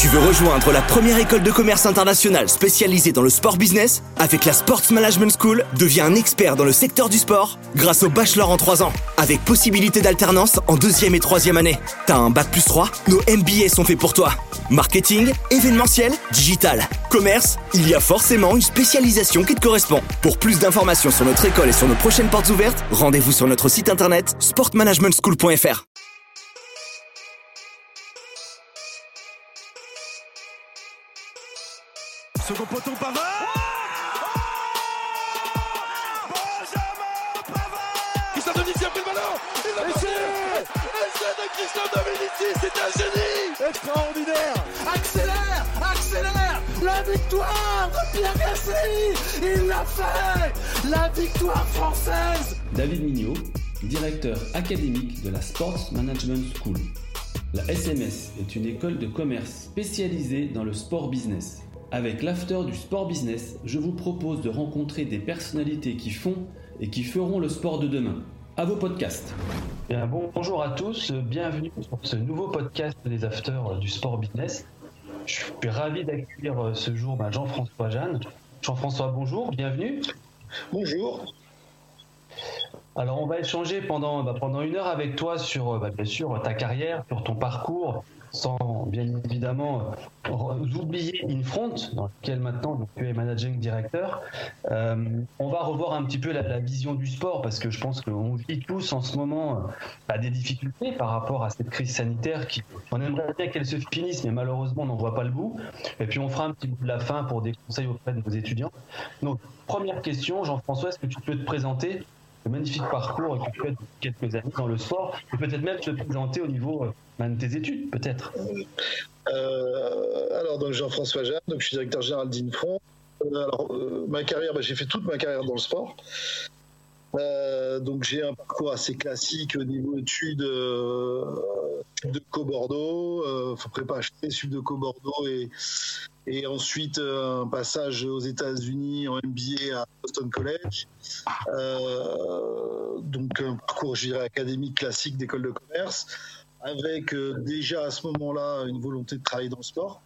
Tu veux rejoindre la première école de commerce internationale spécialisée dans le sport business? Avec la Sports Management School, deviens un expert dans le secteur du sport grâce au bachelor en 3 ans, avec possibilité d'alternance en 2e et 3e année. T'as un bac plus 3? Nos MBA sont faits pour toi. Marketing, événementiel, digital, commerce, il y a forcément une spécialisation qui te correspond. Pour plus d'informations sur notre école et sur nos prochaines portes ouvertes, rendez-vous sur notre site internet sportmanagementschool.fr. Second poteau, Pavard. Benjamin Pavard. Christophe Dominici a pris le ballon. Essai de Christophe Dominici, c'est un génie. Extraordinaire. Accélère. La victoire de Pierre Gasly. Il l'a fait. La victoire française. David Mignot, directeur académique de la Sports Management School. La SMS est une école de commerce spécialisée dans le sport business. Avec l'after du sport business, je vous propose de rencontrer des personnalités qui font et qui feront le sport de demain. À vos podcasts. Bien, bonjour à tous, bienvenue sur ce nouveau podcast des afters du sport business. Je suis ravi d'accueillir ce jour Jean-François Jeanne. Jean-François, bonjour, bienvenue. Bonjour. Alors on va échanger pendant 1 heure avec toi sur bien sûr ta carrière, sur ton parcours, sans bien évidemment oublier Infront, dans lequel maintenant tu es managing director. On va revoir un petit peu la vision du sport, parce que je pense qu'on vit tous en ce moment des difficultés par rapport à cette crise sanitaire on aimerait bien qu'elle se finisse, mais malheureusement on n'en voit pas le bout. Et puis on fera un petit bout de la fin pour des conseils auprès de nos étudiants. Donc première question, Jean-François, est-ce que tu peux te présenter le magnifique parcours que tu as depuis quelques années dans le sport, et peut-être même te présenter au niveau de tes études, peut-être. Alors, donc Jean-François Jeanne, donc je suis directeur général d'Infront. Ma carrière, j'ai fait toute ma carrière dans le sport. Donc j'ai un parcours assez classique au niveau études Subdeco Bordeaux, prépa HP, Subdeco Bordeaux, et ensuite un passage aux États-Unis en MBA à Boston College. Donc un parcours, je dirais, académique classique d'école de commerce, avec déjà à ce moment-là une volonté de travailler dans le sport.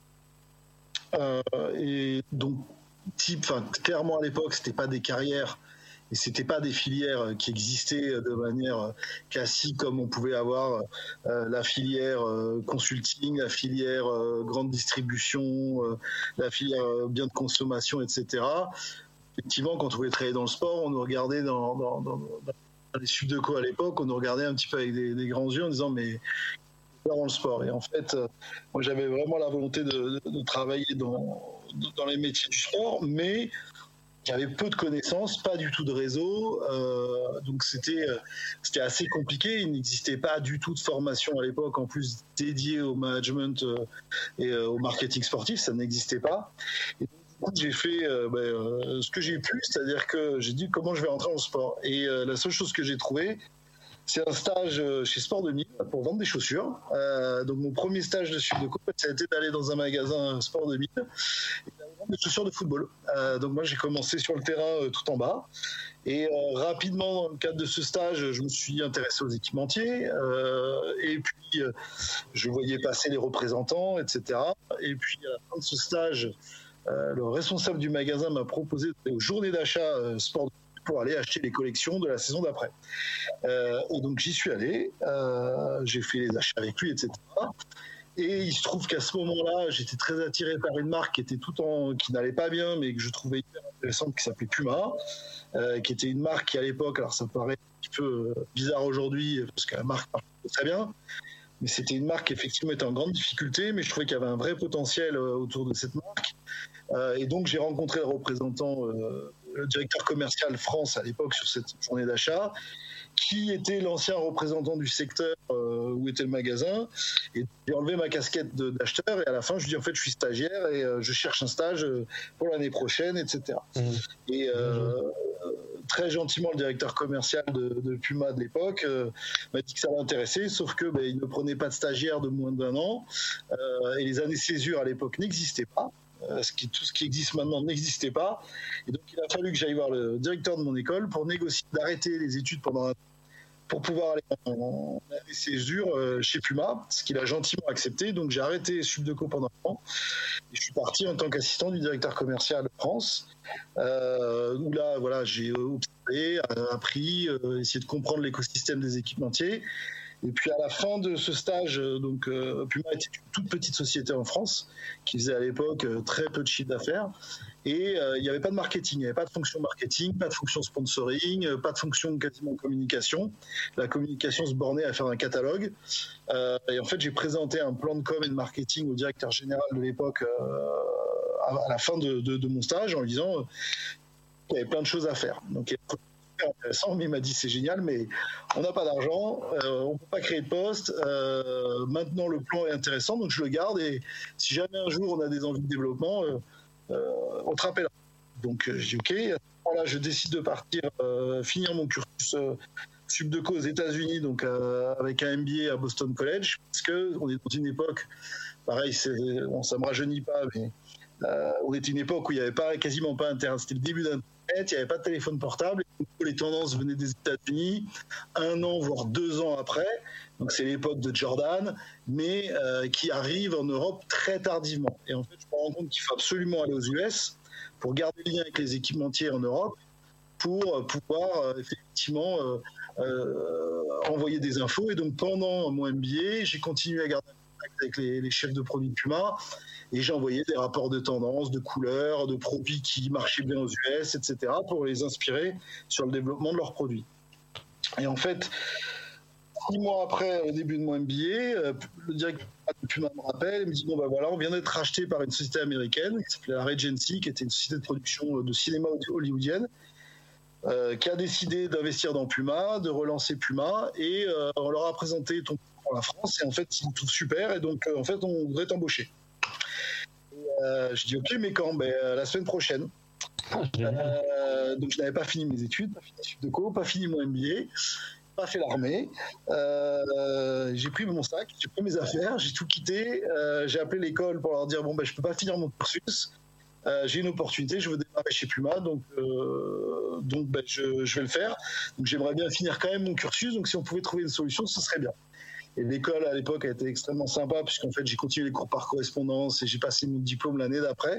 Et donc clairement à l'époque, c'était pas des carrières et c'était pas des filières qui existaient de manière classique, comme on pouvait avoir la filière consulting, la filière grande distribution, la filière biens de consommation, etc. Effectivement, quand on voulait travailler dans le sport, on nous regardait dans les Subdeco à l'époque, on nous regardait un petit peu avec des grands yeux en disant mais dans le sport. Et en fait, moi j'avais vraiment la volonté de travailler dans les métiers du sport, mais j'avais peu de connaissances, pas du tout de réseau, donc c'était assez compliqué. Il n'existait pas du tout de formation à l'époque, en plus dédiée au management et au marketing sportif, ça n'existait pas. Et donc, du coup, j'ai fait ce que j'ai pu, c'est-à-dire que j'ai dit comment je vais rentrer dans le sport. Et la seule chose que j'ai trouvée, c'est un stage chez Sport 2000 pour vendre des chaussures. Donc mon premier stage de Subdeco, ça a été d'aller dans un magasin Sport 2000 et d'aller vendre des chaussures de football. Donc moi j'ai commencé sur le terrain tout en bas. Et rapidement, dans le cadre de ce stage, je me suis intéressé aux équipementiers. Et puis je voyais passer les représentants, etc. Et puis à la fin de ce stage, le responsable du magasin m'a proposé aux journées d'achat Sport 2000 pour aller acheter les collections de la saison d'après. Et donc j'y suis allé, j'ai fait les achats avec lui, etc. Et il se trouve qu'à ce moment-là, j'étais très attiré par une marque qui n'allait pas bien, mais que je trouvais hyper intéressante, qui s'appelait Puma, qui était une marque qui à l'époque, alors ça paraît un petit peu bizarre aujourd'hui, parce que la marque marche très bien, mais c'était une marque qui effectivement était en grande difficulté, mais je trouvais qu'il y avait un vrai potentiel autour de cette marque. Et donc j'ai rencontré le représentant, le directeur commercial France à l'époque sur cette journée d'achat, qui était l'ancien représentant du secteur où était le magasin. Et j'ai enlevé ma casquette d'acheteur et à la fin je lui dis en fait je suis stagiaire et je cherche un stage pour l'année prochaine, etc. Et très gentiment le directeur commercial de Puma de l'époque m'a dit que ça l'intéressait, sauf que il ne prenait pas de stagiaire de moins d'1 an et les années césure à l'époque n'existaient pas. Tout ce qui existe maintenant n'existait pas. Et donc, il a fallu que j'aille voir le directeur de mon école pour négocier d'arrêter les études pendant un an pour pouvoir aller en césure chez Puma, ce qu'il a gentiment accepté. Donc j'ai arrêté Subdeco pendant un an et je suis parti en tant qu'assistant du directeur commercial France, où là, voilà, j'ai observé, appris, essayé de comprendre l'écosystème des équipementiers. Et puis à la fin de ce stage, Puma était une toute petite société en France qui faisait à l'époque très peu de chiffre d'affaires. Et il n'y avait pas de marketing, il n'y avait pas de fonction marketing, pas de fonction sponsoring, pas de fonction quasiment communication. La communication se bornait à faire un catalogue. Et en fait, j'ai présenté un plan de com et de marketing au directeur général de l'époque à la fin de mon stage en lui disant qu'il y avait plein de choses à faire. Donc, intéressant, mais il m'a dit c'est génial, mais on n'a pas d'argent, on ne peut pas créer de poste. Maintenant, le plan est intéressant, donc je le garde. Et si jamais un jour on a des envies de développement, on te rappelle. Donc je dis ok. À ce moment-là, je décide de partir finir mon cursus Subdeco aux États-Unis, donc avec un MBA à Boston College, parce que on est dans une époque, pareil, ça me rajeunit pas, mais on était une époque où il n'y avait quasiment pas Internet. C'était le début d'Internet, il n'y avait pas de téléphone portable. Les tendances venaient des États-Unis 1 an, voire 2 ans après. Donc c'est l'époque de Jordan, mais qui arrive en Europe très tardivement. Et en fait, je me rends compte qu'il faut absolument aller aux US pour garder le lien avec les équipementiers en Europe, pour pouvoir effectivement envoyer des infos. Et donc pendant mon MBA, j'ai continué à garder contact avec les chefs de produits Puma, et j'ai envoyé des rapports de tendance, de couleurs, de produits qui marchaient bien aux US, etc., pour les inspirer sur le développement de leurs produits. Et en fait, 6 mois après, au début de mon MBA, le directeur de Puma me rappelle et me dit bon ben voilà, on vient d'être racheté par une société américaine qui s'appelait la Regency, qui était une société de production de cinéma hollywoodienne, qui a décidé d'investir dans Puma, de relancer Puma, et on leur a présenté ton pour la France, et en fait ils me trouvent super, et donc en fait on voudrait t'embaucher. Je dis ok, mais quand? La semaine prochaine. Donc je n'avais pas fini mes études, pas fini Subdeco, pas fini mon MBA, pas fait l'armée. J'ai pris mon sac, j'ai pris mes affaires, j'ai tout quitté. J'ai appelé l'école pour leur dire bon je peux pas finir mon cursus. J'ai une opportunité, je veux démarrer chez Puma, donc je vais le faire. Donc j'aimerais bien finir quand même mon cursus, donc si on pouvait trouver une solution, ce serait bien. Et l'école à l'époque a été extrêmement sympa, puisqu'en fait j'ai continué les cours par correspondance et j'ai passé mon diplôme l'année d'après.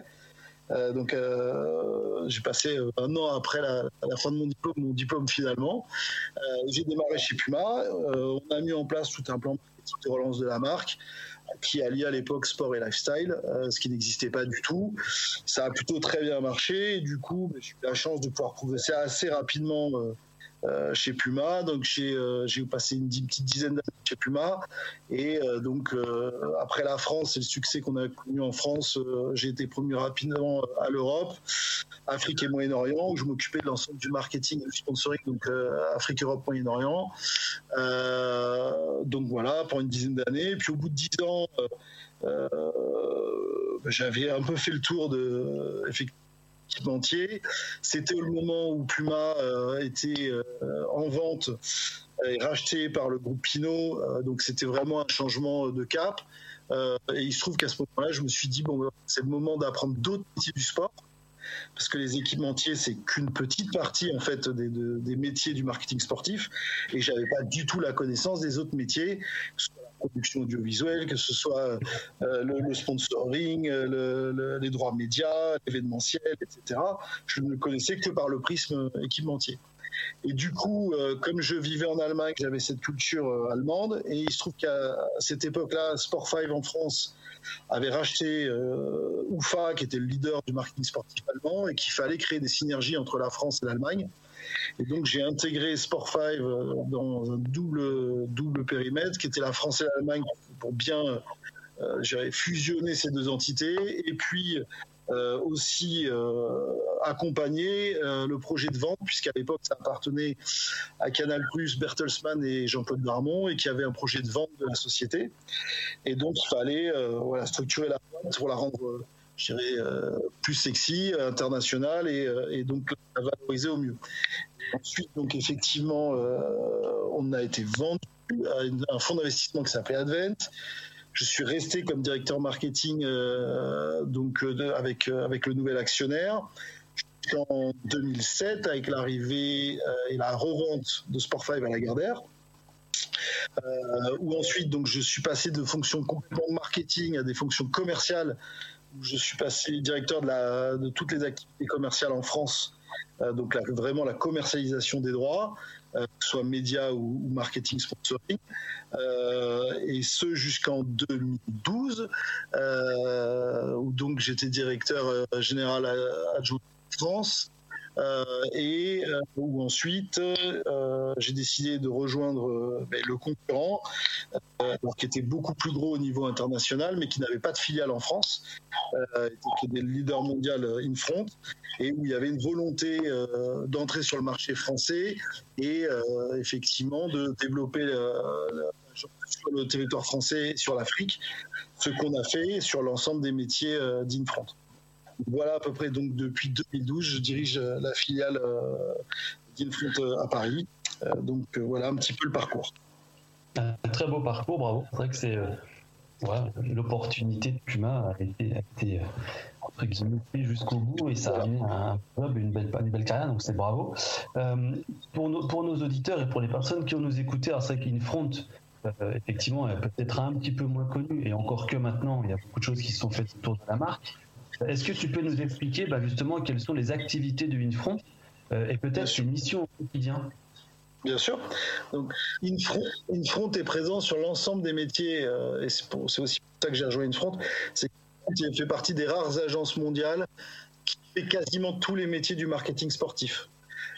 J'ai passé 1 an après la fin de mon diplôme finalement. J'ai démarré chez Puma. On a mis en place tout un plan de relance de la marque qui alliait à l'époque sport et lifestyle, ce qui n'existait pas du tout. Ça a plutôt très bien marché, et du coup j'ai eu la chance de pouvoir progresser assez rapidement chez Puma. Donc j'ai passé une petite dizaine d'années chez Puma, et après la France et le succès qu'on a connu en France, j'ai été promu rapidement à l'Europe, Afrique et Moyen-Orient, où je m'occupais de l'ensemble du marketing et du sponsoring, donc Afrique, Europe, Moyen-Orient. Donc voilà, pour une dizaine d'années. Et puis au bout de 10 ans, j'avais un peu fait le tour de équipementier. C'était le moment où Puma était en vente et racheté par le groupe Pinot, donc c'était vraiment un changement de cap. Et il se trouve qu'à ce moment-là, je me suis dit bon, c'est le moment d'apprendre d'autres métiers du sport, parce que les équipementiers, c'est qu'une petite partie en fait des métiers du marketing sportif, et j'avais pas du tout la connaissance des autres métiers, que ce soit la production audiovisuelle, que ce soit le sponsoring, les droits médias, l'événementiel, etc. Je ne le connaissais que par le prisme équipementier. Et du coup, comme je vivais en Allemagne, j'avais cette culture allemande, et il se trouve qu'à cette époque-là, Sport5 en France avait racheté UFA, qui était le leader du marketing sportif allemand, et qu'il fallait créer des synergies entre la France et l'Allemagne. Et donc j'ai intégré Sport5 dans un double périmètre, qui était la France et l'Allemagne, pour bien fusionner ces deux entités, et puis aussi accompagner le projet de vente, puisqu'à l'époque ça appartenait à Canal+, Bertelsmann et Jean-Claude Darmon, et qui avait un projet de vente de la société. Et donc il fallait structurer la vente pour la rendre plus sexy, internationale, et donc la valoriser au mieux. Et ensuite, donc effectivement, on a été vendu à un fonds d'investissement qui s'appelait Advent. Je suis resté comme directeur marketing avec le nouvel actionnaire jusqu'en 2007, avec l'arrivée et la revente de Sport5 à Lagardère. où ensuite donc je suis passé de fonctions complètement marketing à des fonctions commerciales, où je suis passé directeur de toutes les activités commerciales en France, donc vraiment la commercialisation des droits, que ce soit médias ou marketing sponsoring, et ce jusqu'en 2012, où donc j'étais directeur général adjoint de France. Et où ensuite j'ai décidé de rejoindre le concurrent, qui était beaucoup plus gros au niveau international, mais qui n'avait pas de filiale en France, qui était le leader mondial Infront, et où il y avait une volonté d'entrer sur le marché français et effectivement de développer sur le territoire français et sur l'Afrique, ce qu'on a fait sur l'ensemble des métiers d'Infront. Voilà à peu près, donc depuis 2012, je dirige la filiale d'Infront à Paris. Donc voilà un petit peu le parcours. Un très beau parcours, bravo. C'est vrai que c'est l'opportunité que tu m'as a été entre guillemets jusqu'au bout, et ça a amené un club, une belle carrière, donc c'est bravo. Pour nos auditeurs et pour les personnes qui ont nous écouté, alors c'est vrai qu'Infront, effectivement, est peut-être un petit peu moins connue, et encore que maintenant, il y a beaucoup de choses qui se sont faites autour de la marque. Est-ce que tu peux nous expliquer justement quelles sont les activités de Infront et peut-être ses missions au quotidien? Bien sûr. Donc, Infront est présent sur l'ensemble des métiers, et c'est aussi pour ça que j'ai rejoint Infront. C'est qu'il fait partie des rares agences mondiales qui fait quasiment tous les métiers du marketing sportif.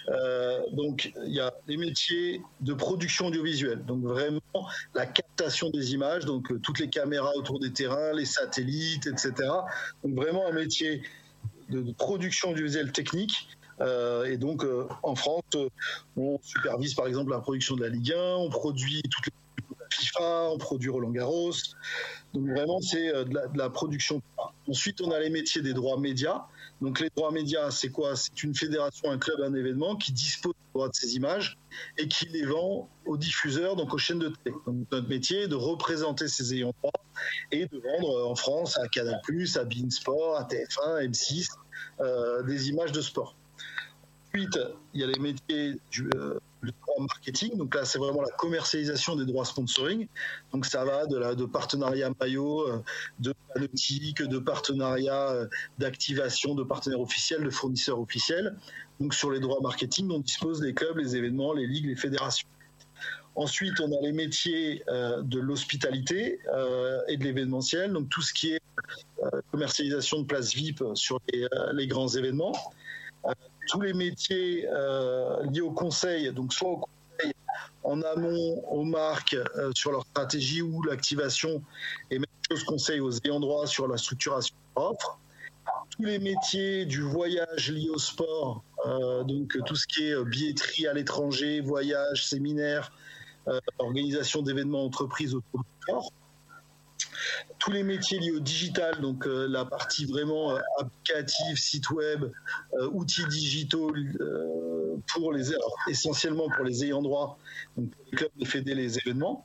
Donc il y a les métiers de production audiovisuelle, donc vraiment la captation des images, donc toutes les caméras autour des terrains, les satellites, etc. Donc vraiment un métier de production audiovisuelle technique. Et donc en France, on supervise par exemple la production de la Ligue 1, on produit toutes les de la FIFA, on produit Roland Garros. Donc vraiment c'est de la production. Ensuite on a les métiers des droits médias. Donc les droits médias, c'est quoi? C'est une fédération, un club, un événement qui dispose des droits de ces images et qui les vend aux diffuseurs, donc aux chaînes de télé. Donc notre métier est de représenter ces ayants droit et de vendre en France à Canal+, à beIN Sport, à TF1, M6, des images de sport. Ensuite, il y a les métiers du droit marketing. Donc là, c'est vraiment la commercialisation des droits sponsoring. Donc ça va de partenariat maillot, de panoptique, de partenariat d'activation, de partenaires officiels, de fournisseurs officiels. Donc sur les droits marketing, on dispose des clubs, les événements, les ligues, les fédérations. Ensuite, on a les métiers de l'hospitalité et de l'événementiel. Donc tout ce qui est commercialisation de places VIP sur les grands événements. Tous les métiers liés au conseil, donc soit au conseil en amont aux marques sur leur stratégie ou l'activation, et même chose conseil aux ayants droit sur la structuration de l'offre. Tous les métiers du voyage liés au sport, donc tout ce qui est billetterie à l'étranger, voyage, séminaire, organisation d'événements entreprises autour du sport. Tous les métiers liés au digital, donc la partie vraiment applicative, site web, outils digitaux essentiellement pour les ayants droit, donc pour les clubs, les fédés, les événements.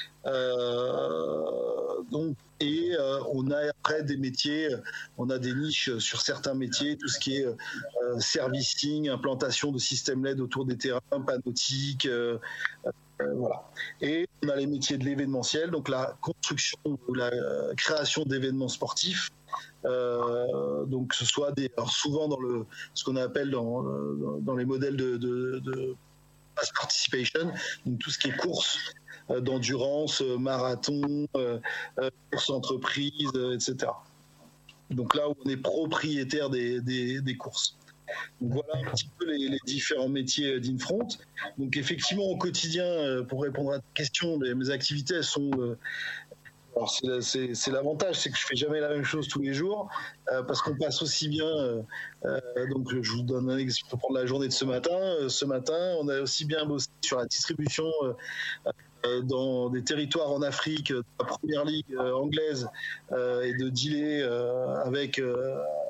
On a après des métiers, on a des niches sur certains métiers, tout ce qui est servicing, implantation de systèmes LED autour des terrains, panoptique, voilà. Et on a les métiers de l'événementiel, donc la construction ou la création d'événements sportifs, donc que ce soit souvent dans ce qu'on appelle dans les modèles de mass participation, donc tout ce qui est course d'endurance, marathon, course entreprise, etc. Donc là où on est propriétaire des courses. Donc voilà un petit peu les différents métiers d'Infront. Donc effectivement au quotidien, pour répondre à ta question, mes activités elles sont alors c'est l'avantage, c'est que je fais jamais la même chose tous les jours, parce qu'on passe aussi bien. Donc je vous donne un exemple pour prendre la journée de ce matin. Ce matin, on a aussi bien bossé sur la distribution dans des territoires en Afrique, de la première ligue anglaise, et de dealer avec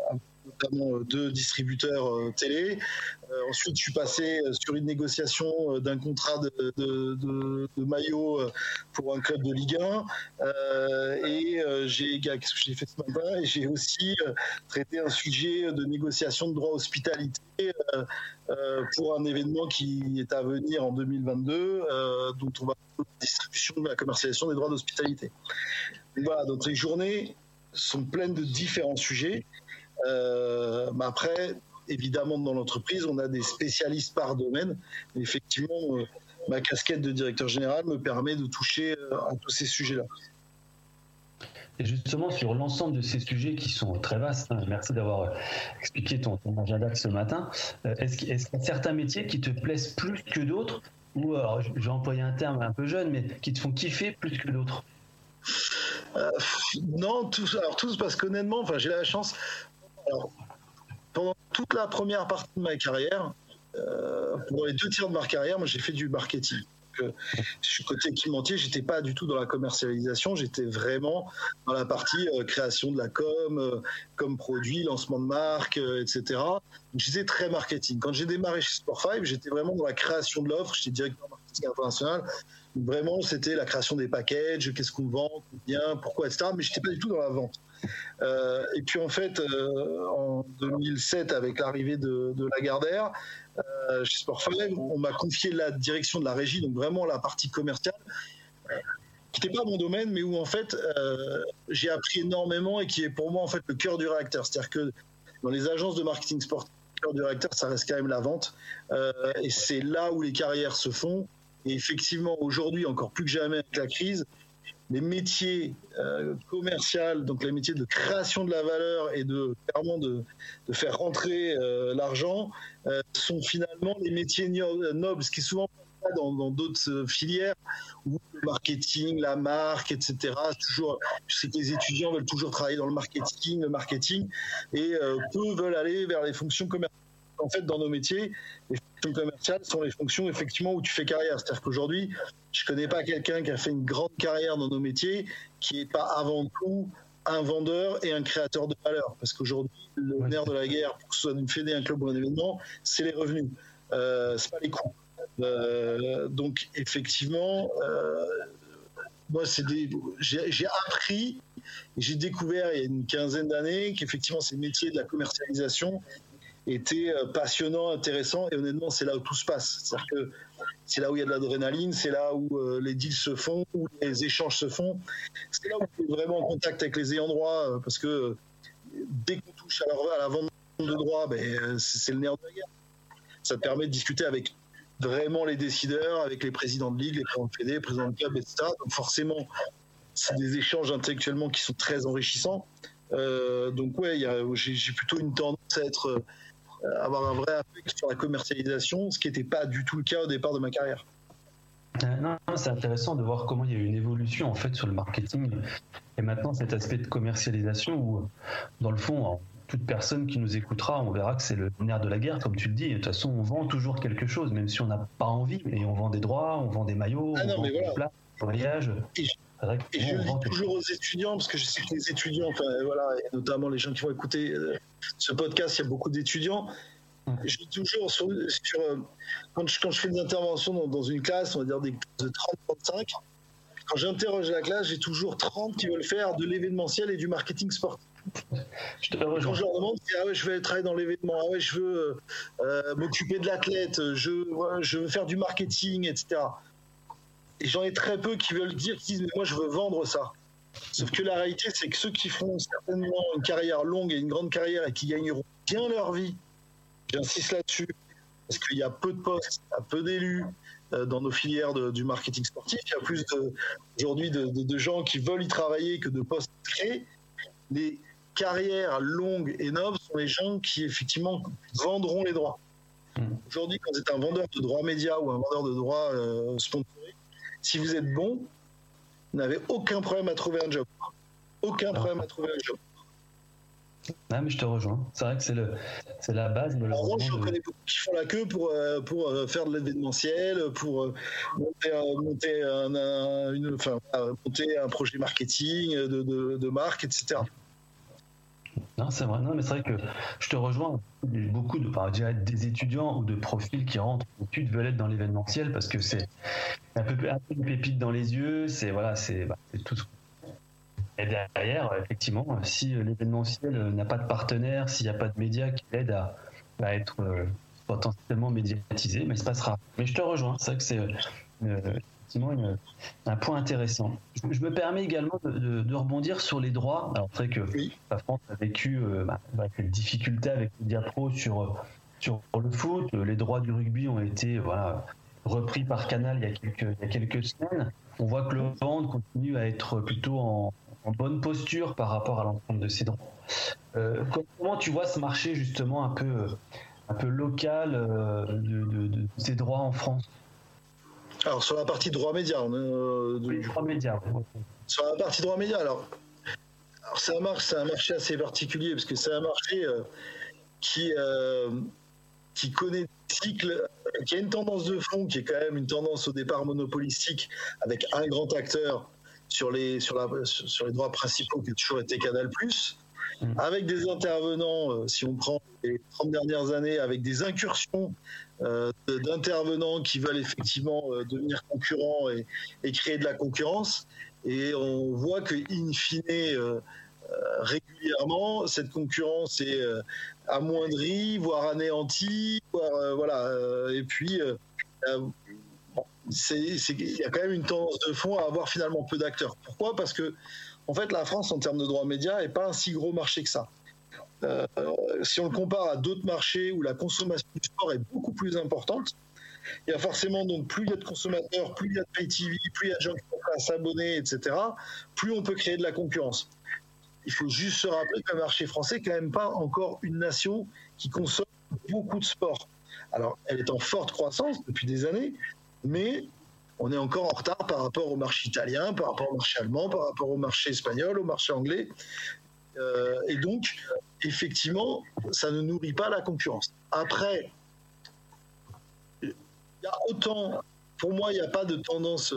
notamment 2 distributeurs télé. Ensuite, je suis passé sur une négociation d'un contrat de maillot pour un club de Ligue 1. Qu'est-ce que j'ai fait ce matin ? Et j'ai aussi traité un sujet de négociation de droit hospitalité pour un événement qui est à venir en 2022, dont on va la distribution, la commercialisation des droits d'hospitalité. Donc voilà, donc les journées sont pleines de différents sujets. Mais après, évidemment, dans l'entreprise, on a des spécialistes par domaine. Mais effectivement, ma casquette de directeur général me permet de toucher à tous ces sujets-là. Et justement, sur l'ensemble de ces sujets qui sont très vastes, merci d'avoir expliqué ton agenda de ce matin, est-ce qu'il y a certains métiers qui te plaisent plus que d'autres, ou alors, j'ai employé un terme un peu jeune, mais qui te font kiffer plus que d'autres? Non, tous, parce qu'honnêtement, j'ai la chance. Alors, pendant toute la première partie de ma carrière, pendant les 2 tiers de ma carrière, moi j'ai fait du marketing. Je suis côté équipementier, j'étais pas du tout dans la commercialisation, j'étais vraiment dans la partie création de la com produit, lancement de marque, etc. Donc, j'étais très marketing. Quand j'ai démarré chez Sport5, j'étais vraiment dans la création de l'offre, j'étais directeur marketing international. Donc, vraiment, c'était la création des packages, qu'est-ce qu'on vend, combien, pourquoi, etc. Mais j'étais pas du tout dans la vente. Et puis en fait, en 2007, avec l'arrivée de Lagardère, chez Sport5, on m'a confié la direction de la régie, donc vraiment la partie commerciale, qui n'était pas mon domaine, mais où en fait j'ai appris énormément et qui est pour moi en fait le cœur du réacteur. C'est-à-dire que dans les agences de marketing sportif, le cœur du réacteur, ça reste quand même la vente, et c'est là où les carrières se font. Et effectivement, aujourd'hui, encore plus que jamais avec la crise, les métiers commerciaux, donc les métiers de création de la valeur et clairement de faire rentrer l'argent, sont finalement les métiers nobles, ce qui est souvent pas dans d'autres filières où le marketing, la marque, etc. Toujours, je sais que les étudiants veulent toujours travailler dans le marketing, et peu veulent aller vers les fonctions commerciales. En fait, dans nos métiers, les fonctions commerciales sont les fonctions effectivement où tu fais carrière. C'est-à-dire qu'aujourd'hui, je ne connais pas quelqu'un qui a fait une grande carrière dans nos métiers qui n'est pas avant tout un vendeur et un créateur de valeur. Parce qu'aujourd'hui, le nerf de la guerre, pour que ce soit une fédé, un club ou un événement, c'est les revenus, c'est pas les coûts. Donc effectivement, moi j'ai appris et j'ai découvert il y a une quinzaine d'années qu'effectivement ces métiers de la commercialisation était passionnant, intéressant, et honnêtement c'est là où tout se passe. C'est-à-dire que c'est là où il y a de l'adrénaline, c'est là où les deals se font, où les échanges se font, c'est là où tu es vraiment en contact avec les ayants droit, parce que dès qu'on touche à la vente de droit, c'est le nerf de la guerre. Ça te permet de discuter avec vraiment les décideurs, avec les présidents de ligue, les présidents de fédé, les présidents de club, etc. Donc forcément, c'est des échanges intellectuellement qui sont très enrichissants. Donc ouais, j'ai plutôt une tendance à avoir un vrai affect sur la commercialisation, ce qui n'était pas du tout le cas au départ de ma carrière. Non, c'est intéressant de voir comment il y a eu une évolution en fait sur le marketing et maintenant cet aspect de commercialisation où, dans le fond, toute personne qui nous écoutera, on verra que c'est le nerf de la guerre, comme tu le dis. De toute façon, on vend toujours quelque chose, même si on n'a pas envie. Et on vend des droits, on vend des maillots, on vend des plats, des voyages. Et je le dis toujours aux étudiants, parce que je sais que les étudiants, et notamment les gens qui vont écouter ce podcast, il y a beaucoup d'étudiants. Je dis toujours, quand je fais des interventions dans une classe, on va dire des classes de 30-35, quand j'interroge la classe, j'ai toujours 30 qui veulent faire de l'événementiel et du marketing sportif. Quand je leur demande, je veux travailler dans l'événement, je veux m'occuper de l'athlète, je veux faire du marketing, etc. Et j'en ai très peu qui veulent dire, qui disent, mais moi je veux vendre ça. Sauf que la réalité, c'est que ceux qui feront certainement une carrière longue et une grande carrière et qui gagneront bien leur vie, j'insiste là-dessus, parce qu'il y a peu de postes, il y a peu d'élus dans nos filières du marketing sportif. Il y a plus aujourd'hui de gens qui veulent y travailler que de postes créés. Les carrières longues et nobles sont les gens qui effectivement vendront les droits. Aujourd'hui, quand vous êtes un vendeur de droits médias ou un vendeur de droits sponsorisés, si vous êtes bon, vous n'avez aucun problème à trouver un job. Aucun problème à trouver un job. Ah, mais je te rejoins. C'est vrai que c'est la base. En revanche, je connais beaucoup qui font la queue pour faire de l'événementiel, pour monter un projet marketing, de marque, etc. Non, c'est vrai. Non, mais c'est vrai que je te rejoins. Beaucoup des étudiants ou de profils qui rentrent en études veulent être dans l'événementiel parce que c'est un peu de pépite dans les yeux. C'est tout. Et derrière, effectivement, si l'événementiel n'a pas de partenaire, s'il n'y a pas de médias qui l'aident à être potentiellement médiatisé, mais il se passera. Mais je te rejoins. C'est vrai que c'est effectivement un point intéressant. Je me permets également de rebondir sur les droits. Alors c'est vrai que la France a vécu quelques difficultés avec Mediapro sur le foot. Les droits du rugby ont été repris par Canal il y a quelques semaines. On voit que le hand continue à être plutôt en bonne posture par rapport à l'ensemble de ces droits. Comment tu vois ce marché justement un peu local de ces droits en France? Alors sur la partie droit média, droit média. Sur la partie droit média, alors c'est un marché assez particulier parce que c'est un marché qui connaît des cycles, qui a une tendance de fond, qui est quand même une tendance au départ monopolistique avec un grand acteur sur les droits principaux qui a toujours été Canal+, avec des intervenants, si on prend les 30 dernières années, avec des incursions d'intervenants qui veulent effectivement devenir concurrents et créer de la concurrence. Et on voit que, in fine, régulièrement, cette concurrence est amoindrie, voire anéantie, et puis il y a quand même une tendance de fond à avoir finalement peu d'acteurs. Pourquoi ? Parce que en fait, la France, en termes de droits médias, n'est pas un si gros marché que ça. Si on le compare à d'autres marchés où la consommation du sport est beaucoup plus importante, il y a forcément, donc, plus il y a de consommateurs, plus il y a de pay TV, plus il y a de gens qui sont prêts à s'abonner, etc., plus on peut créer de la concurrence. Il faut juste se rappeler que le marché français n'est quand même pas encore une nation qui consomme beaucoup de sport. Alors, elle est en forte croissance depuis des années, mais on est encore en retard par rapport au marché italien, par rapport au marché allemand, par rapport au marché espagnol, au marché anglais. Et donc, effectivement, ça ne nourrit pas la concurrence. Après, il y a autant, pour moi, il n'y a pas de tendance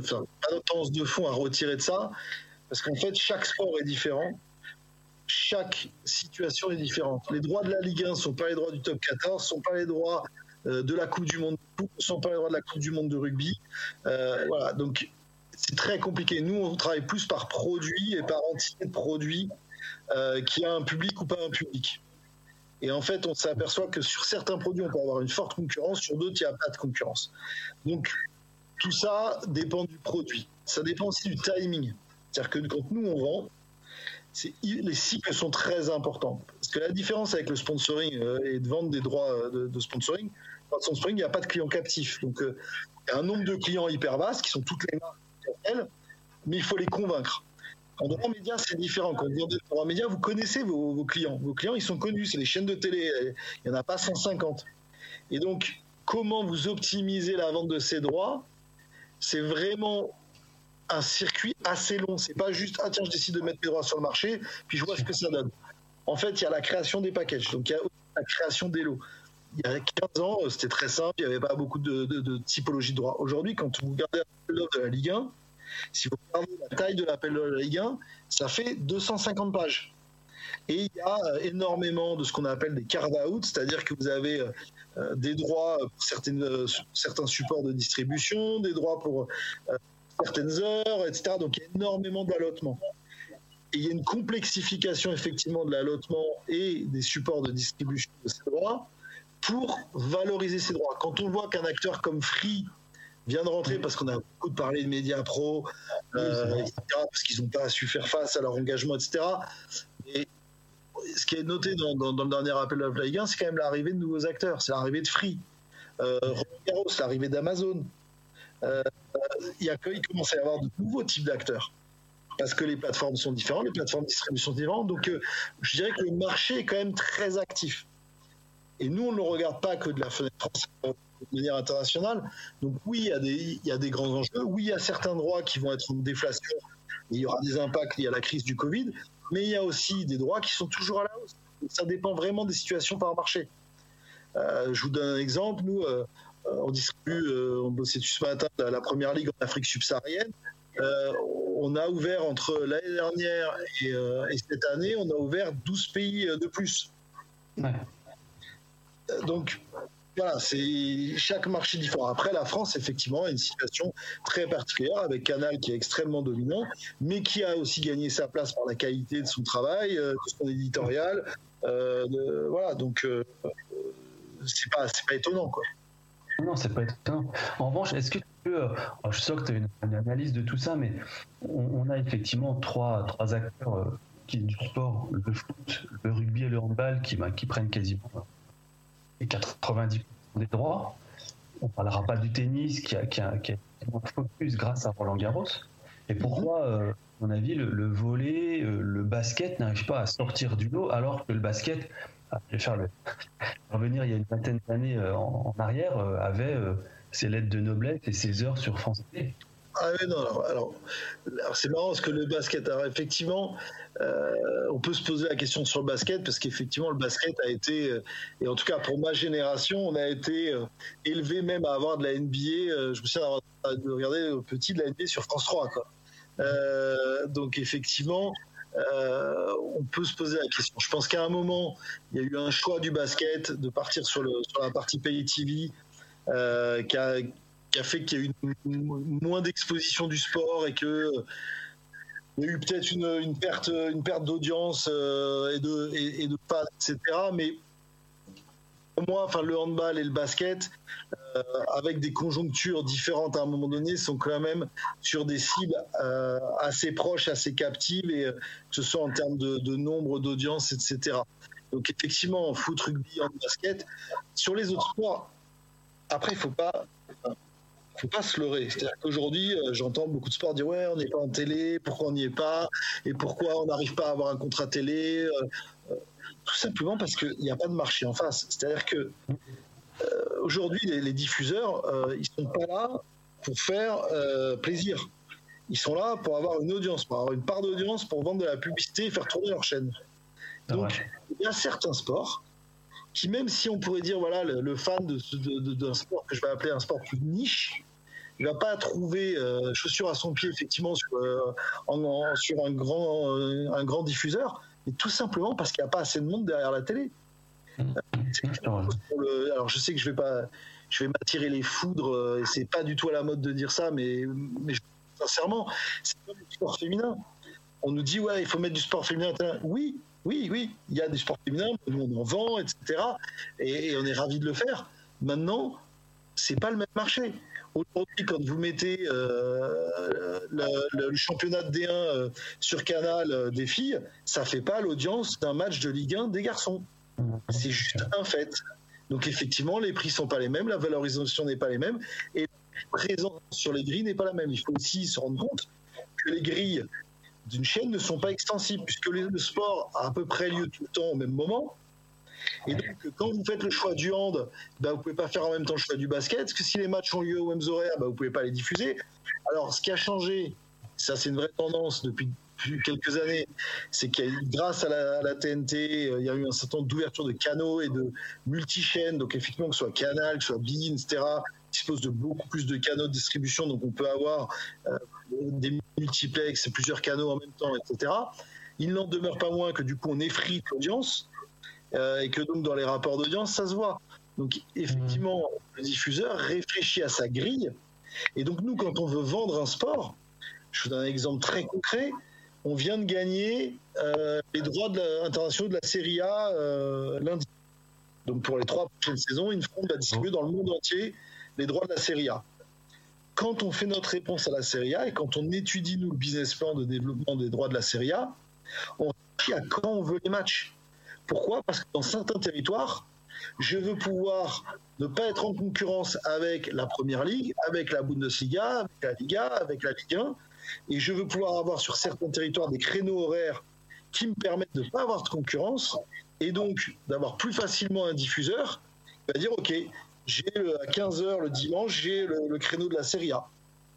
de fond à retirer de ça, parce qu'en fait, chaque sport est différent, chaque situation est différente. Les droits de la Ligue 1 ne sont pas les droits du top 14, ne sont pas les droits de la Coupe du Monde de foot, ne sont pas les droits de la Coupe du Monde de rugby. Donc c'est très compliqué. Nous, on travaille plus par produit et par entité de produit qui a un public ou pas un public. Et en fait, on s'aperçoit que sur certains produits, on peut avoir une forte concurrence, sur d'autres, il n'y a pas de concurrence. Donc, tout ça dépend du produit. Ça dépend aussi du timing. C'est-à-dire que quand nous, on vend, les cycles sont très importants. Parce que la différence avec le sponsoring et de vendre des droits de sponsoring, dans le sponsoring, il n'y a pas de clients captifs. Donc, il y a un nombre de clients hyper basse, qui sont toutes les marques, mais il faut les convaincre. En droit média, c'est différent. Quand vous vendez en droit média, vous connaissez vos clients. Vos clients, ils sont connus. C'est les chaînes de télé. Il n'y en a pas 150. Et donc, comment vous optimisez la vente de ces droits ? C'est vraiment un circuit assez long. C'est pas juste « Ah tiens, je décide de mettre mes droits sur le marché, puis je vois ce que ça donne ». En fait, il y a la création des packages. Donc, il y a la création des lots. Il y a 15 ans, c'était très simple. Il n'y avait pas beaucoup de typologie de droits. Aujourd'hui, quand vous regardez l'appel d'offres de la Ligue 1, si vous regardez la taille de l'appel d'offres de la Ligue 1, ça fait 250 pages. Et il y a énormément de ce qu'on appelle des carve-out, c'est-à-dire que vous avez des droits pour certains supports de distribution, des droits pour certaines heures, etc. Donc il y a énormément d'allotements. Et il y a une complexification effectivement de l'allotement et des supports de distribution de ces droits pour valoriser ces droits. Quand on voit qu'un acteur comme Free vient de rentrer, parce qu'on a beaucoup parlé de Mediapro, etc., parce qu'ils n'ont pas su faire face à leur engagement, etc. Et ce qui est noté dans le dernier appel de la Ligue 1, c'est quand même l'arrivée de nouveaux acteurs. C'est l'arrivée de Free, Roland Garros, l'arrivée d'Amazon. Il commence à y avoir de nouveaux types d'acteurs. Parce que les plateformes sont différentes, les plateformes de distribution sont différentes. Donc, je dirais que le marché est quand même très actif. Et nous, on ne le regarde pas que de la fenêtre française de manière internationale. Donc, oui, il y a des grands enjeux. Oui, il y a certains droits qui vont être en déflation. Il y aura des impacts liés à la crise du Covid. Mais il y a aussi des droits qui sont toujours à la hausse. Ça dépend vraiment des situations par marché. Je vous donne un exemple. Nous, on distribue, on bossait dessus ce matin, la première ligue en Afrique subsaharienne. on a ouvert entre l'année dernière et cette année, on a ouvert 12 pays de plus. Ouais. Donc, voilà, c'est chaque marché différent. Après, la France, effectivement, a une situation très particulière avec Canal qui est extrêmement dominant, mais qui a aussi gagné sa place par la qualité de son travail, de son éditorial. Voilà, donc c'est pas étonnant, quoi. Non, c'est pas étonnant. En revanche, est-ce que tu peux... je sais que tu as une analyse de tout ça, mais on a effectivement trois acteurs du sport, le foot, le rugby et le handball, qui prennent quasiment les 90% des droits. On ne parlera pas du tennis, qui a focus grâce à Roland Garros. Et pourquoi, à mon avis, le volley, le basket n'arrive pas à sortir du lot, alors que le basket... je vais revenir il y a une vingtaine d'années en arrière, avait ses lettres de noblesse et ses heures sur France Télé. Ah oui, non, alors c'est marrant parce que le basket, alors effectivement, on peut se poser la question sur le basket parce qu'effectivement le basket a été, et en tout cas pour ma génération, on a été élevé même à avoir de la NBA. Je me souviens de regarder petit de la NBA sur France 3, quoi. Donc effectivement, on peut se poser la question. Je pense qu'à un moment, il y a eu un choix du basket de partir sur la partie Pay TV qui a fait qu'il y a eu moins d'exposition du sport et que il y a eu peut-être une perte d'audience et de fans, etc. Mais pour moi, enfin, le handball et le basket, avec des conjonctures différentes à un moment donné, sont quand même sur des cibles assez proches, assez captives, et que ce soit en termes de nombre d'audience, etc. Donc effectivement, en foot, rugby, en basket, sur les autres sports, après, il faut pas se leurrer. C'est-à-dire qu'aujourd'hui, j'entends beaucoup de sports dire ouais, on n'est pas en télé, pourquoi on n'y est pas, et pourquoi on n'arrive pas à avoir un contrat télé, tout simplement parce qu'il n'y a pas de marché en face. C'est-à-dire que aujourd'hui, les diffuseurs, ils sont pas là pour faire plaisir. Ils sont là pour avoir une audience, pour avoir une part d'audience, pour vendre de la publicité et faire tourner leur chaîne. Donc, il y a certains sports qui, même si on pourrait dire, voilà, le fan d'un sport que je vais appeler un sport plus niche, il va pas trouver chaussure à son pied, effectivement, sur un grand diffuseur, mais tout simplement parce qu'il n'y a pas assez de monde derrière la télé. Alors, je sais que je vais m'attirer les foudres, et c'est pas du tout à la mode de dire ça, mais sincèrement, c'est comme le sport féminin. On nous dit, ouais, il faut mettre du sport féminin. Oui, il y a du sport féminin, nous on en vend, etc. Et on est ravis de le faire. Maintenant, c'est pas le même marché. Aujourd'hui, quand vous mettez le championnat de D1 sur Canal des filles, ça fait pas l'audience d'un match de Ligue 1 des garçons. C'est juste un fait. Donc effectivement, les prix sont pas les mêmes, la valorisation n'est pas les mêmes, et la présence sur les grilles n'est pas la même. Il faut aussi se rendre compte que les grilles d'une chaîne ne sont pas extensibles, puisque le sport a à peu près lieu tout le temps au même moment. Et donc, quand vous faites le choix du hand, vous pouvez pas faire en même temps le choix du basket, parce que si les matchs ont lieu aux mêmes horaires, vous pouvez pas les diffuser. Alors, ce qui a changé, ça c'est une vraie tendance depuis quelques années, c'est qu'il y a eu, grâce à la TNT, il y a eu un certain nombre d'ouvertures de canaux et de multi-chaînes, donc effectivement que ce soit Canal, que ce soit beIN, etc., dispose de beaucoup plus de canaux de distribution, donc on peut avoir des multiplex et plusieurs canaux en même temps, etc. Il n'en demeure pas moins que du coup on effrite l'audience, et que donc dans les rapports d'audience ça se voit. Donc effectivement le diffuseur réfléchit à sa grille, et donc nous quand on veut vendre un sport, je vous donne un exemple très concret, on vient de gagner les droits internationaux de la Serie A lundi. Donc pour les 3 prochaines saisons, Infront va distribuer dans le monde entier les droits de la Serie A. Quand on fait notre réponse à la Serie A et quand on étudie nous le business plan de développement des droits de la Serie A, on réfléchit à quand on veut les matchs. Pourquoi ? Parce que dans certains territoires, je veux pouvoir ne pas être en concurrence avec la Première Ligue, avec la Bundesliga, avec la Liga, avec la Ligue 1, et je veux pouvoir avoir sur certains territoires des créneaux horaires qui me permettent de ne pas avoir de concurrence, et donc d'avoir plus facilement un diffuseur qui va dire ok, j'ai à 15h le dimanche, j'ai le créneau de la Serie A.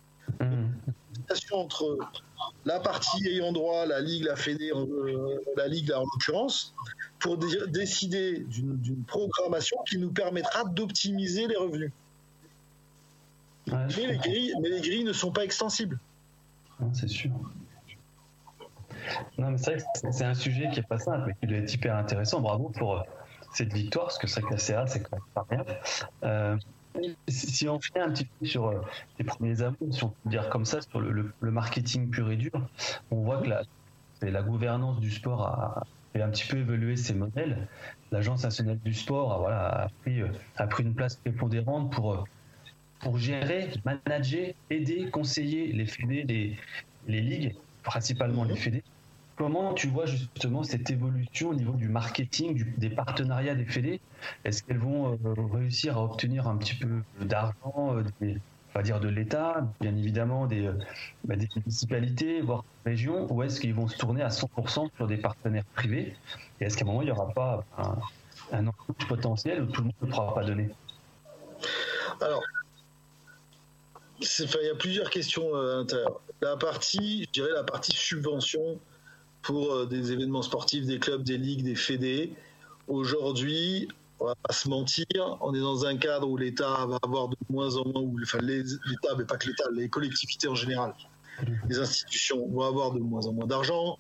Entre la partie ayant droit, la Ligue, la Fédé, la Ligue là, en l'occurrence, pour décider d'une programmation qui nous permettra d'optimiser les revenus. Mais les grilles ne sont pas extensibles. Non, c'est sûr. Non, mais c'est vrai que c'est un sujet qui est pas simple, mais qui doit être hyper intéressant. Bravo pour cette victoire, parce que c'est vrai que la CA, c'est quand même pas rien. Si on fait un petit peu sur les premiers amours, si on peut dire comme ça, sur le marketing pur et dur, on voit que la gouvernance du sport a un petit peu évolué ses modèles. L'Agence nationale du sport a pris une place prépondérante pour gérer, manager, aider, conseiller les fédés, les ligues, principalement les fédés. Comment tu vois justement cette évolution au niveau du marketing, des partenariats des fédés? Est-ce qu'elles vont réussir à obtenir un petit peu d'argent, on va dire de l'État, bien évidemment des municipalités, voire des régions, ou est-ce qu'ils vont se tourner à 100% sur des partenaires privés? Et est-ce qu'à un moment il n'y aura pas un embauche potentiel où tout le monde ne pourra pas donner? Alors, il y a plusieurs questions à l'intérieur. La partie subvention pour des événements sportifs, des clubs, des ligues, des fédés. Aujourd'hui, on va pas se mentir, on est dans un cadre où l'État va avoir de moins en moins, l'État, mais pas que l'État, les collectivités en général, les institutions vont avoir de moins en moins d'argent,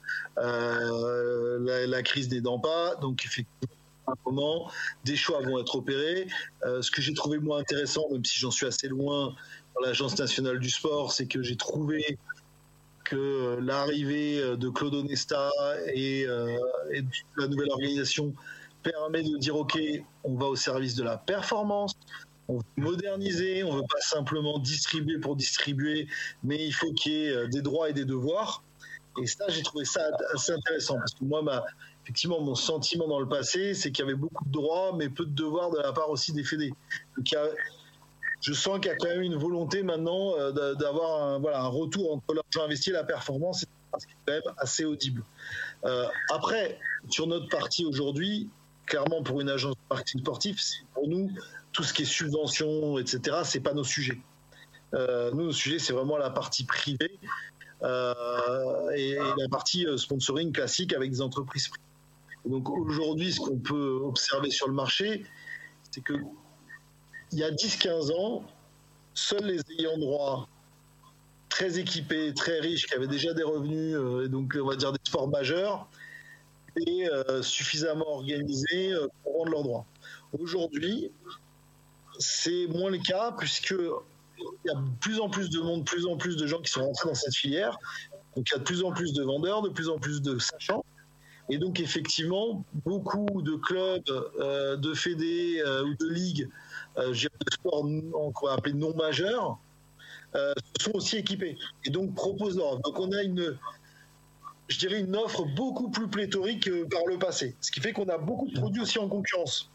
la crise n'aidant pas, donc effectivement, à un moment, des choix vont être opérés. Ce que j'ai trouvé moins intéressant, même si j'en suis assez loin dans l'Agence nationale du sport, c'est que j'ai trouvé que l'arrivée de Claude Onesta et de la nouvelle organisation permet de dire ok, on va au service de la performance, on veut moderniser, on veut pas simplement distribuer pour distribuer, mais il faut qu'il y ait des droits et des devoirs. Et ça, j'ai trouvé ça assez intéressant parce que moi, effectivement, mon sentiment dans le passé, c'est qu'il y avait beaucoup de droits, mais peu de devoirs de la part aussi des fédés. Donc, je sens qu'il y a quand même une volonté maintenant d'avoir un retour entre l'argent investi et la performance, ce qui est quand même assez audible. Après, sur notre partie aujourd'hui, clairement pour une agence de marketing sportif, pour nous, tout ce qui est subvention, etc., c'est pas nos sujets. Nous, nos sujets, c'est vraiment la partie privée et la partie sponsoring classique avec des entreprises privées. Donc aujourd'hui, ce qu'on peut observer sur le marché, c'est que il y a 10-15 ans, seuls les ayants droit très équipés, très riches, qui avaient déjà des revenus, et donc on va dire des sports majeurs, et suffisamment organisés pour rendre leurs droits. Aujourd'hui, c'est moins le cas, puisqu'il y a de plus en plus de monde, plus en plus de gens qui sont rentrés dans cette filière. Donc il y a de plus en plus de vendeurs, de plus en plus de sachants. Et donc effectivement, beaucoup de clubs, de fédés ou de ligues, de sports qu'on va appeler non majeurs, sont aussi équipés et donc proposent leur offre. Donc on a une offre beaucoup plus pléthorique que par le passé, ce qui fait qu'on a beaucoup de produits aussi en concurrence.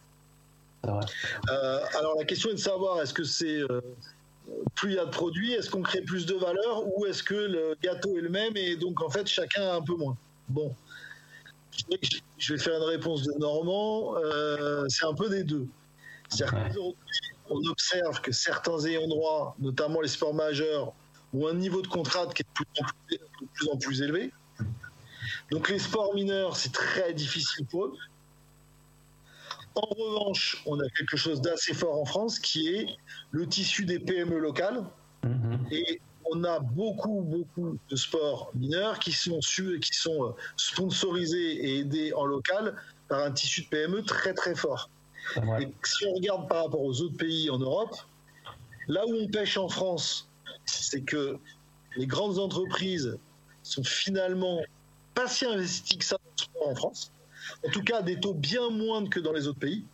Alors la question est de savoir, est-ce que c'est plus il y a de produits, est-ce qu'on crée plus de valeur, ou est-ce que le gâteau est le même et donc en fait chacun a un peu moins? Bon, je vais faire une réponse de Normand, c'est un peu des deux. C'est-à-dire qu'aujourd'hui, on observe que certains ayants droit, notamment les sports majeurs, ont un niveau de contrat qui est de plus en plus élevé. Donc les sports mineurs, c'est très difficile pour eux. En revanche, on a quelque chose d'assez fort en France qui est le tissu des PME locales. Et on a beaucoup de sports mineurs qui sont sponsorisés et aidés en local par un tissu de PME très très fort. Et si on regarde par rapport aux autres pays en Europe, là où on pêche en France, c'est que les grandes entreprises sont finalement pas si investies que ça dans le sport en France. En tout cas, des taux bien moindres que dans les autres pays.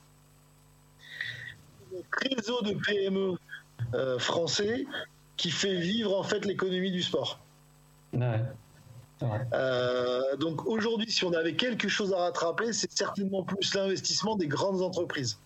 Le réseau de PME français qui fait vivre en fait l'économie du sport. Donc aujourd'hui, si on avait quelque chose à rattraper, c'est certainement plus l'investissement des grandes entreprises.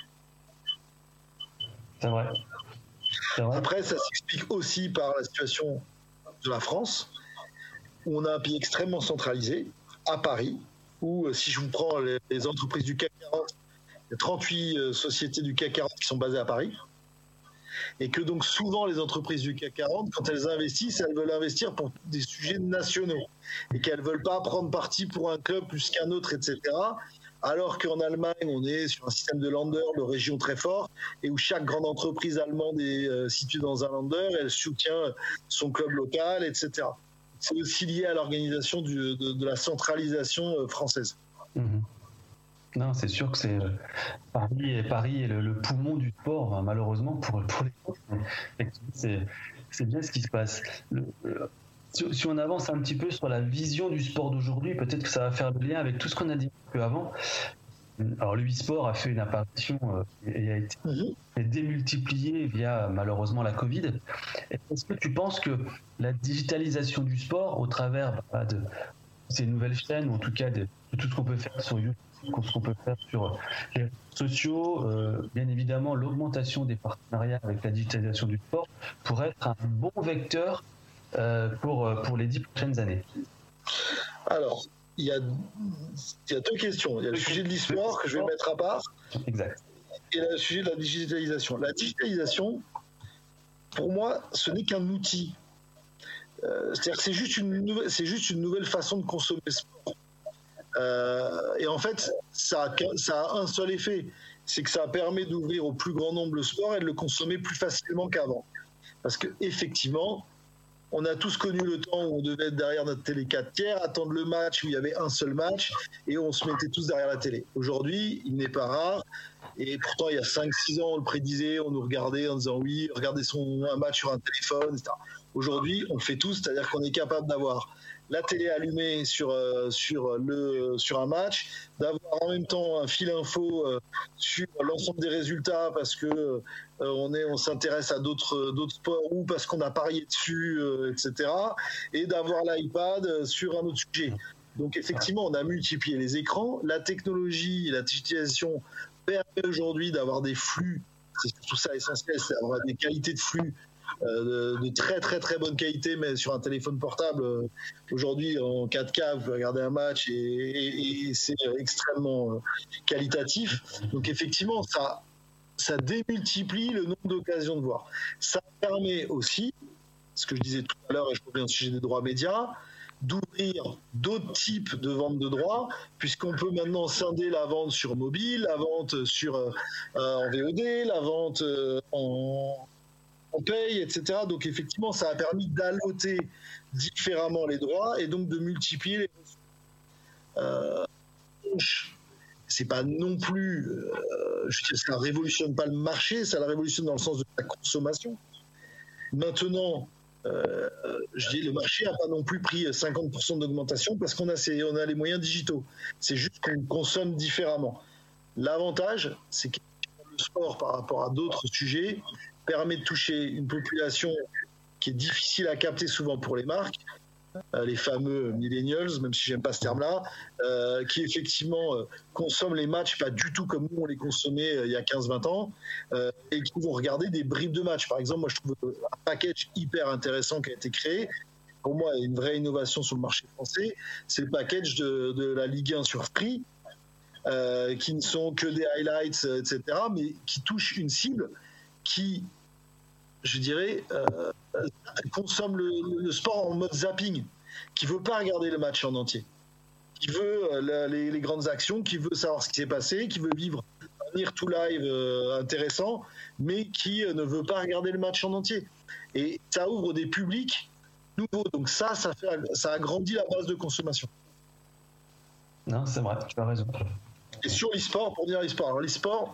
C'est vrai. Après, ça s'explique aussi par la situation de la France, où on a un pays extrêmement centralisé, à Paris, où si je vous prends les entreprises du CAC 40, il y a 38 sociétés du CAC 40 qui sont basées à Paris. Et que donc souvent les entreprises du CAC 40, quand elles investissent, elles veulent investir pour des sujets nationaux et qu'elles ne veulent pas prendre parti pour un club plus qu'un autre, etc. Alors qu'en Allemagne, on est sur un système de Länder, de région très fort, et où chaque grande entreprise allemande est située dans un Länder, elle soutient son club local, etc. c'est aussi lié à l'organisation de la centralisation française. Non, c'est sûr que c'est Paris est le poumon du sport, hein, malheureusement pour les c'est bien ce qui se passe. Si on avance un petit peu sur la vision du sport d'aujourd'hui, peut-être que ça va faire le lien avec tout ce qu'on a dit un peu avant. Alors le e-sport a fait une apparition et a été démultiplié via malheureusement la Covid. Est-ce que tu penses que la digitalisation du sport au travers de ces nouvelles chaînes, ou en tout cas de tout ce qu'on peut faire sur YouTube, ce qu'on peut faire sur les réseaux sociaux, bien évidemment l'augmentation des partenariats avec la digitalisation du sport pourrait être un bon vecteur pour les 10 prochaines années? Alors, il y a deux questions. Il y a le sujet de l'e-sport que je vais mettre à part. Exact. Et le sujet de la digitalisation. La digitalisation, pour moi, ce n'est qu'un outil. C'est-à-dire que c'est juste une nouvelle façon de consommer le sport. Et en fait, ça a un seul effet, c'est que ça permet d'ouvrir au plus grand nombre le sport et de le consommer plus facilement qu'avant. Parce que effectivement, on a tous connu le temps où on devait être derrière notre télé 4/3, attendre le match où il y avait un seul match et on se mettait tous derrière la télé. Aujourd'hui, il n'est pas rare. Et pourtant, il y a 5-6 ans, on le prédisait, on nous regardait en disant oui, regardez un match sur un téléphone, etc. Aujourd'hui, on le fait tous, c'est-à-dire qu'on est capable d'avoir la télé allumée sur un match, d'avoir en même temps un fil info sur l'ensemble des résultats parce que on s'intéresse à d'autres sports ou parce qu'on a parié dessus, etc. Et d'avoir l'iPad sur un autre sujet. Donc effectivement, on a multiplié les écrans. La technologie et la digitalisation permet aujourd'hui d'avoir des flux, c'est surtout ça essentiel, c'est d'avoir des qualités de flux de très très très bonne qualité, mais sur un téléphone portable aujourd'hui en 4K vous pouvez regarder un match et c'est extrêmement qualitatif. Donc effectivement ça démultiplie le nombre d'occasions de voir. Ça permet aussi, ce que je disais tout à l'heure et je reviens au sujet des droits médias, d'ouvrir d'autres types de ventes de droits, puisqu'on peut maintenant scinder la vente sur mobile, la vente en VOD, la vente on paye, etc. Donc effectivement, ça a permis d'alloter différemment les droits et donc de multiplier les ressources. C'est pas non plus, je veux dire, ça révolutionne pas le marché, ça la révolutionne dans le sens de la consommation. Maintenant, je dis, le marché n'a pas non plus pris 50% d'augmentation parce qu'on a les moyens digitaux. C'est juste qu'on consomme différemment. L'avantage, c'est que le sport, par rapport à d'autres sujets, permet de toucher une population qui est difficile à capter souvent pour les marques, les fameux millennials, même si j'aime pas ce terme-là, qui effectivement consomment les matchs pas du tout comme nous on les consommait il y a 15-20 ans, et qui vont regarder des bribes de matchs. Par exemple, moi je trouve un package hyper intéressant qui a été créé, pour moi une vraie innovation sur le marché français, c'est le package de la Ligue 1 sur Free, qui ne sont que des highlights, etc., mais qui touchent une cible qui, je dirais, consomme le sport en mode zapping, qui veut pas regarder le match en entier, qui veut les grandes actions, qui veut savoir ce qui s'est passé, qui veut vivre un near to live intéressant, mais qui ne veut pas regarder le match en entier. Et ça ouvre des publics nouveaux. Donc ça agrandit la base de consommation. Non, c'est vrai, tu as raison. Et sur l'e-sport, pour dire l'e-sport, alors l'e-sport,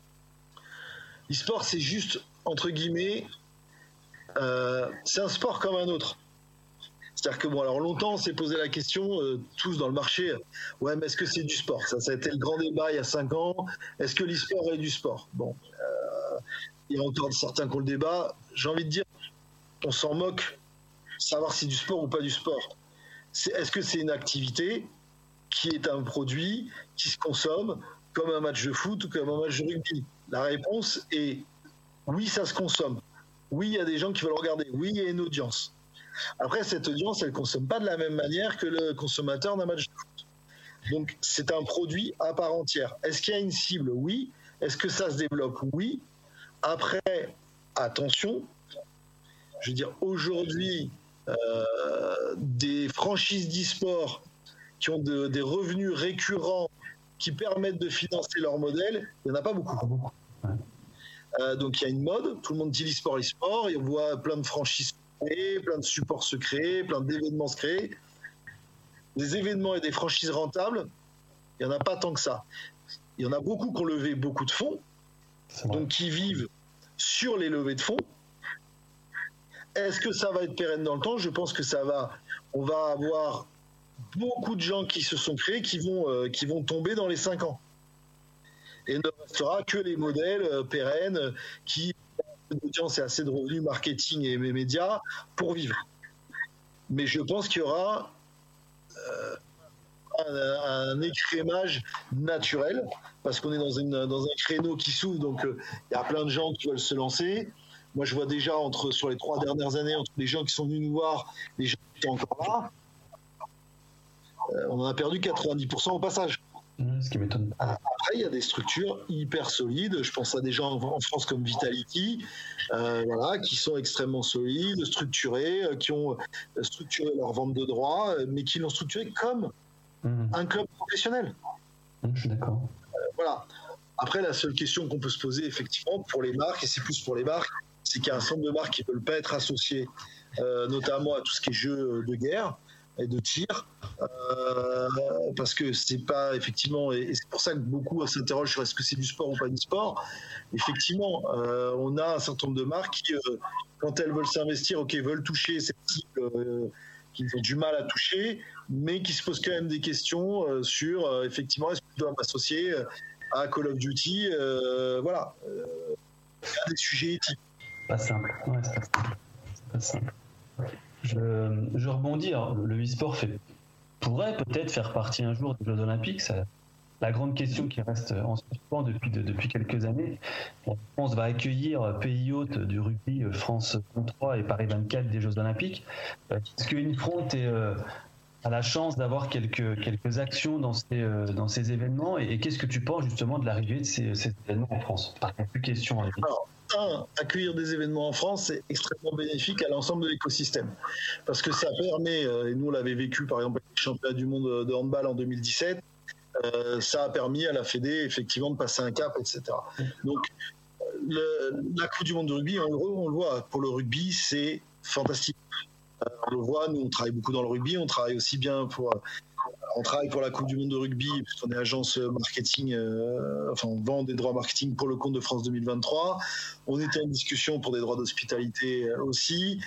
c'est juste, entre guillemets, c'est un sport comme un autre. C'est-à-dire que, bon, alors longtemps, on s'est posé la question, tous dans le marché, ouais, mais est-ce que c'est du sport ? Ça a été le grand débat il y a 5 ans. Est-ce que l'e-sport est du sport ? Bon, il y a encore certains qui ont le débat. J'ai envie de dire, on s'en moque, savoir si c'est du sport ou pas du sport. Est-ce que c'est une activité qui est un produit qui se consomme comme un match de foot ou comme un match de rugby ? La réponse est oui, ça se consomme. Oui, il y a des gens qui veulent regarder. Oui, il y a une audience. Après, cette audience, elle ne consomme pas de la même manière que le consommateur d'un match de foot. Donc, c'est un produit à part entière. Est-ce qu'il y a une cible ? Oui. Est-ce que ça se développe ? Oui. Après, attention, je veux dire, aujourd'hui, des franchises d'e-sport qui ont des revenus récurrents qui permettent de financer leur modèle, il n'y en a pas beaucoup. Donc il y a une mode, tout le monde dit l'e-sport, et on voit plein de franchises créés, plein de supports se créent, plein d'événements se créent. Des événements et des franchises rentables, il n'y en a pas tant que ça. Il y en a beaucoup qui ont levé beaucoup de fonds, donc qui vivent sur les levées de fonds. Est-ce que ça va être pérenne dans le temps ? Je pense que on va avoir beaucoup de gens qui se sont créés qui vont tomber dans les 5 ans. Et il ne restera que les modèles pérennes qui ont assez d'audience et assez de revenus marketing et médias pour vivre. Mais je pense qu'il y aura un écrémage naturel parce qu'on est dans un créneau qui s'ouvre, donc il y a plein de gens qui veulent se lancer. Moi, je vois déjà sur les 3 dernières années, entre les gens qui sont venus nous voir, les gens qui sont encore là, on en a perdu 90% au passage. Ce qui m'étonne. Après, il y a des structures hyper solides. Je pense à des gens en France comme Vitality, qui sont extrêmement solides, structurés, qui ont structuré leur vente de droits, mais qui l'ont structuré comme un club professionnel. Je suis d'accord. Voilà. Après, la seule question qu'on peut se poser, effectivement, pour les marques, et c'est plus pour les marques, c'est qu'il y a un certain nombre de marques qui ne veulent pas être associées, notamment à tout ce qui est jeux de guerre et de tir, parce que c'est pas, effectivement, et c'est pour ça que beaucoup s'interrogent sur est-ce que c'est du sport ou pas du sport. Effectivement, on a un certain nombre de marques qui, quand elles veulent s'investir, veulent toucher cette cible qu'ils ont du mal à toucher, mais qui se posent quand même des questions sur, effectivement, est-ce que je dois m'associer à Call of Duty, voilà. Il y a des sujets éthiques. Pas simple. Ouais, c'est pas simple. Je rebondis. Alors, le e-sport pourrait peut-être faire partie un jour des Jeux Olympiques. La grande question qui reste en suspens depuis quelques années. La France va accueillir pays hôte du rugby, France 23 et Paris 24 des Jeux Olympiques. Est-ce que Infront a la chance d'avoir quelques actions dans ces événements, et qu'est-ce que tu penses justement de l'arrivée de ces événements en France ? Plus question. Alors, accueillir des événements en France, c'est extrêmement bénéfique à l'ensemble de l'écosystème. Parce que ça permet, et nous on l'avait vécu par exemple avec les championnats du monde de handball en 2017, ça a permis à la Fédé effectivement de passer un cap, etc. Donc la Coupe du monde de rugby, on le voit, pour le rugby, c'est fantastique. On le voit, nous on travaille beaucoup dans le rugby, on travaille aussi bien on travaille pour la Coupe du monde de rugby, puisqu'on est agence marketing, on vend des droits marketing pour le compte de France 2023. On était en discussion pour des droits d'hospitalité aussi.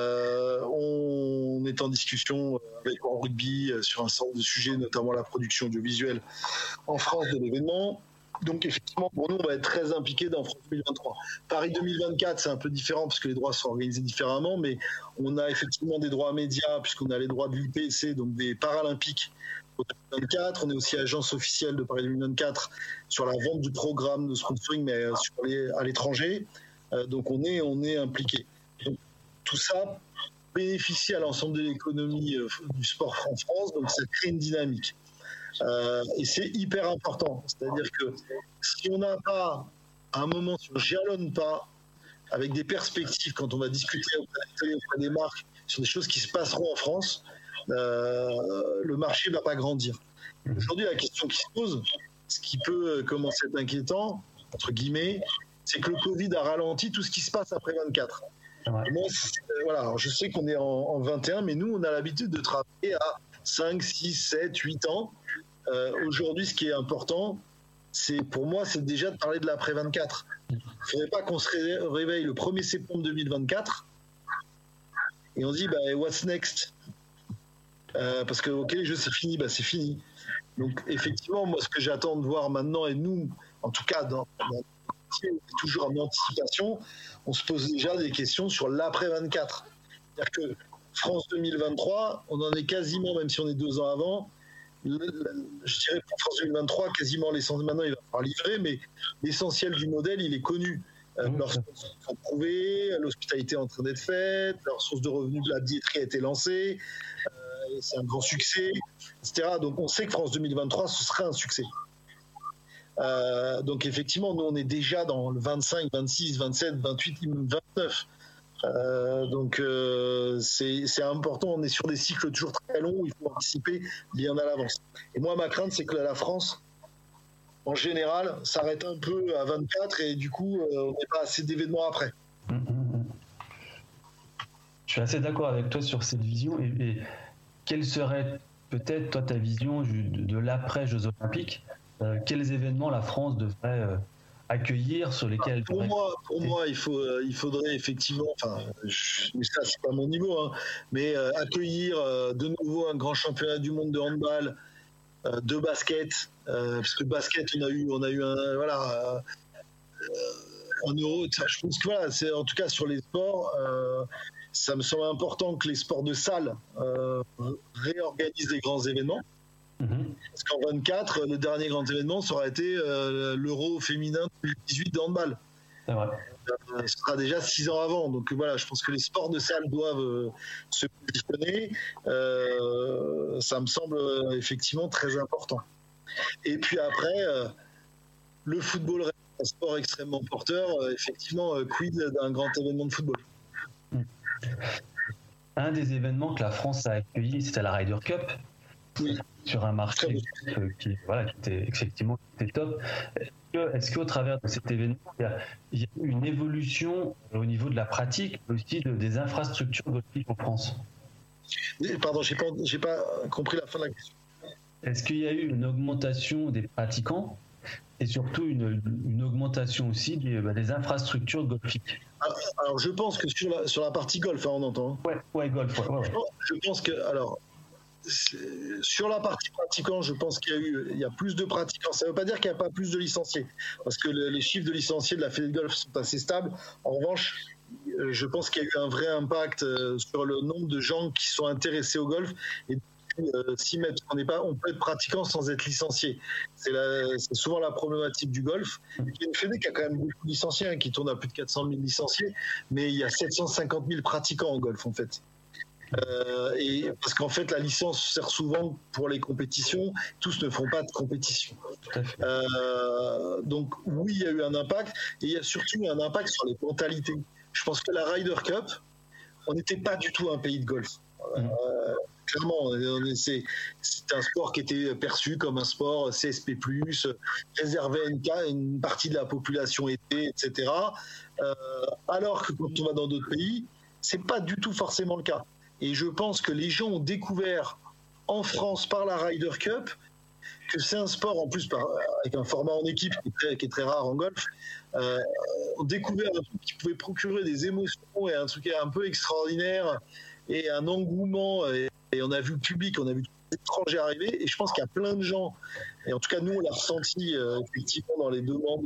On est en discussion avec en rugby sur un certain nombre de sujets, notamment la production audiovisuelle en France de l'événement. Donc effectivement, pour nous, on va être très impliqués dans France 2023. Paris 2024, c'est un peu différent parce que les droits sont organisés différemment, mais on a effectivement des droits médias puisqu'on a les droits de l'IPC, donc des Paralympiques pour 2024. On est aussi agence officielle de Paris 2024 sur la vente du programme de sponsoring, mais à l'étranger. Donc on est impliqué. Donc, tout ça bénéficie à l'ensemble de l'économie du sport en France, donc ça crée une dynamique. Et c'est hyper important, c'est-à-dire que si on n'a pas à un moment, si on ne jalonne pas avec des perspectives quand on va discuter auprès des marques sur des choses qui se passeront en France, le marché ne va pas grandir. Aujourd'hui, la question qui se pose, ce qui peut commencer à être inquiétant, entre guillemets, c'est que le Covid a ralenti tout ce qui se passe après 24. Moi, voilà, alors je sais qu'on est en 21, mais nous, on a l'habitude de travailler à 5, 6, 7, 8 ans. Aujourd'hui, ce qui est important, pour moi, c'est déjà de parler de l'après-24. Il ne faudrait pas qu'on se réveille le 1er septembre 2024 et on se dit, what's next ? Parce que, les jeux, c'est fini, c'est fini. Donc, effectivement, moi, ce que j'attends de voir maintenant, et nous, en tout cas, toujours en anticipation, on se pose déjà des questions sur l'après-24. C'est-à-dire que France 2023, on en est quasiment, même si on est 2 ans avant, je dirais pour France 2023, quasiment l'essentiel, maintenant il va falloir livrer, mais l'essentiel du modèle, il est connu. Leurs sponsors sont prouvés, l'hospitalité est en train d'être faite, leur source de revenus de la billetterie a été lancée, c'est un grand succès, etc. Donc on sait que France 2023, ce sera un succès. Donc effectivement, nous on est déjà dans le 25, 26, 27, 28, 29. Donc c'est important, on est sur des cycles toujours très longs où il faut anticiper bien à l'avance. Et moi ma crainte c'est que la France en général s'arrête un peu à 24 et du coup on n'est pas assez d'événements après. Je suis assez d'accord avec toi sur cette vision. Et quelle serait peut-être, toi, ta vision de l'après-Jeux Olympiques? Quels événements la France devrait accueillir, sur lesquels... Pour moi, il faudrait effectivement, mais ça, c'est pas mon niveau, hein, mais accueillir de nouveau un grand championnat du monde de handball, de basket, parce que basket, on a eu un, voilà, en Euro. Je pense que voilà, c'est en tout cas sur les sports. Ça me semble important que les sports de salle réorganisent les grands événements. Parce qu'en 24, le dernier grand événement, ça aurait été l'Euro féminin 2018 de handball. C'est vrai. Ce sera déjà 6 ans avant. Donc voilà, je pense que les sports de salle doivent se positionner. Ça me semble effectivement très important. Et puis après, le football reste un sport extrêmement porteur. Effectivement, quid d'un grand événement de football. Un des événements que la France a accueilli, c'était la Ryder Cup. Oui. Sur un marché qui était effectivement top. Est-ce qu'au travers de cet événement, il y a une évolution au niveau de la pratique, mais aussi des infrastructures golfiques en France? Pardon, j'ai pas compris la fin de la question. Est-ce qu'il y a eu une augmentation des pratiquants et surtout une augmentation aussi des infrastructures golfiques? Alors je pense que sur la partie golf, on entend. Ouais, golf. Ouais. Je pense que sur la partie pratiquants, je pense qu'il y a plus de pratiquants. Ça ne veut pas dire qu'il n'y a pas plus de licenciés, parce que les chiffres de licenciés de la Fédé de golf sont assez stables. En revanche, je pense qu'il y a eu un vrai impact sur le nombre de gens qui sont intéressés au golf et s'y mettre. On peut être pratiquant sans être licencié. C'est souvent la problématique du golf. Il y a une Fédé qui a quand même beaucoup de licenciés, qui tourne à plus de 400 000 licenciés, mais il y a 750 000 pratiquants en golf en fait. Et parce qu'en fait la licence sert souvent pour les compétitions, tous ne font pas de compétition. Donc oui, il y a eu un impact, et il y a surtout un impact sur les mentalités. Je pense que la Ryder Cup, on n'était pas du tout un pays de golf. Clairement, c'est un sport qui était perçu comme un sport CSP+, réservé à une partie de la population aisée, etc. Alors que quand on va dans d'autres pays, c'est pas du tout forcément le cas. Et je pense que les gens ont découvert en France par la Ryder Cup que c'est un sport, en plus avec un format en équipe qui est très rare en golf, ont découvert un truc qui pouvait procurer des émotions et un truc un peu extraordinaire et un engouement. Et on a vu le public, on a vu les étrangers arriver. Et je pense qu'il y a plein de gens, et en tout cas nous on l'a ressenti effectivement dans les demandes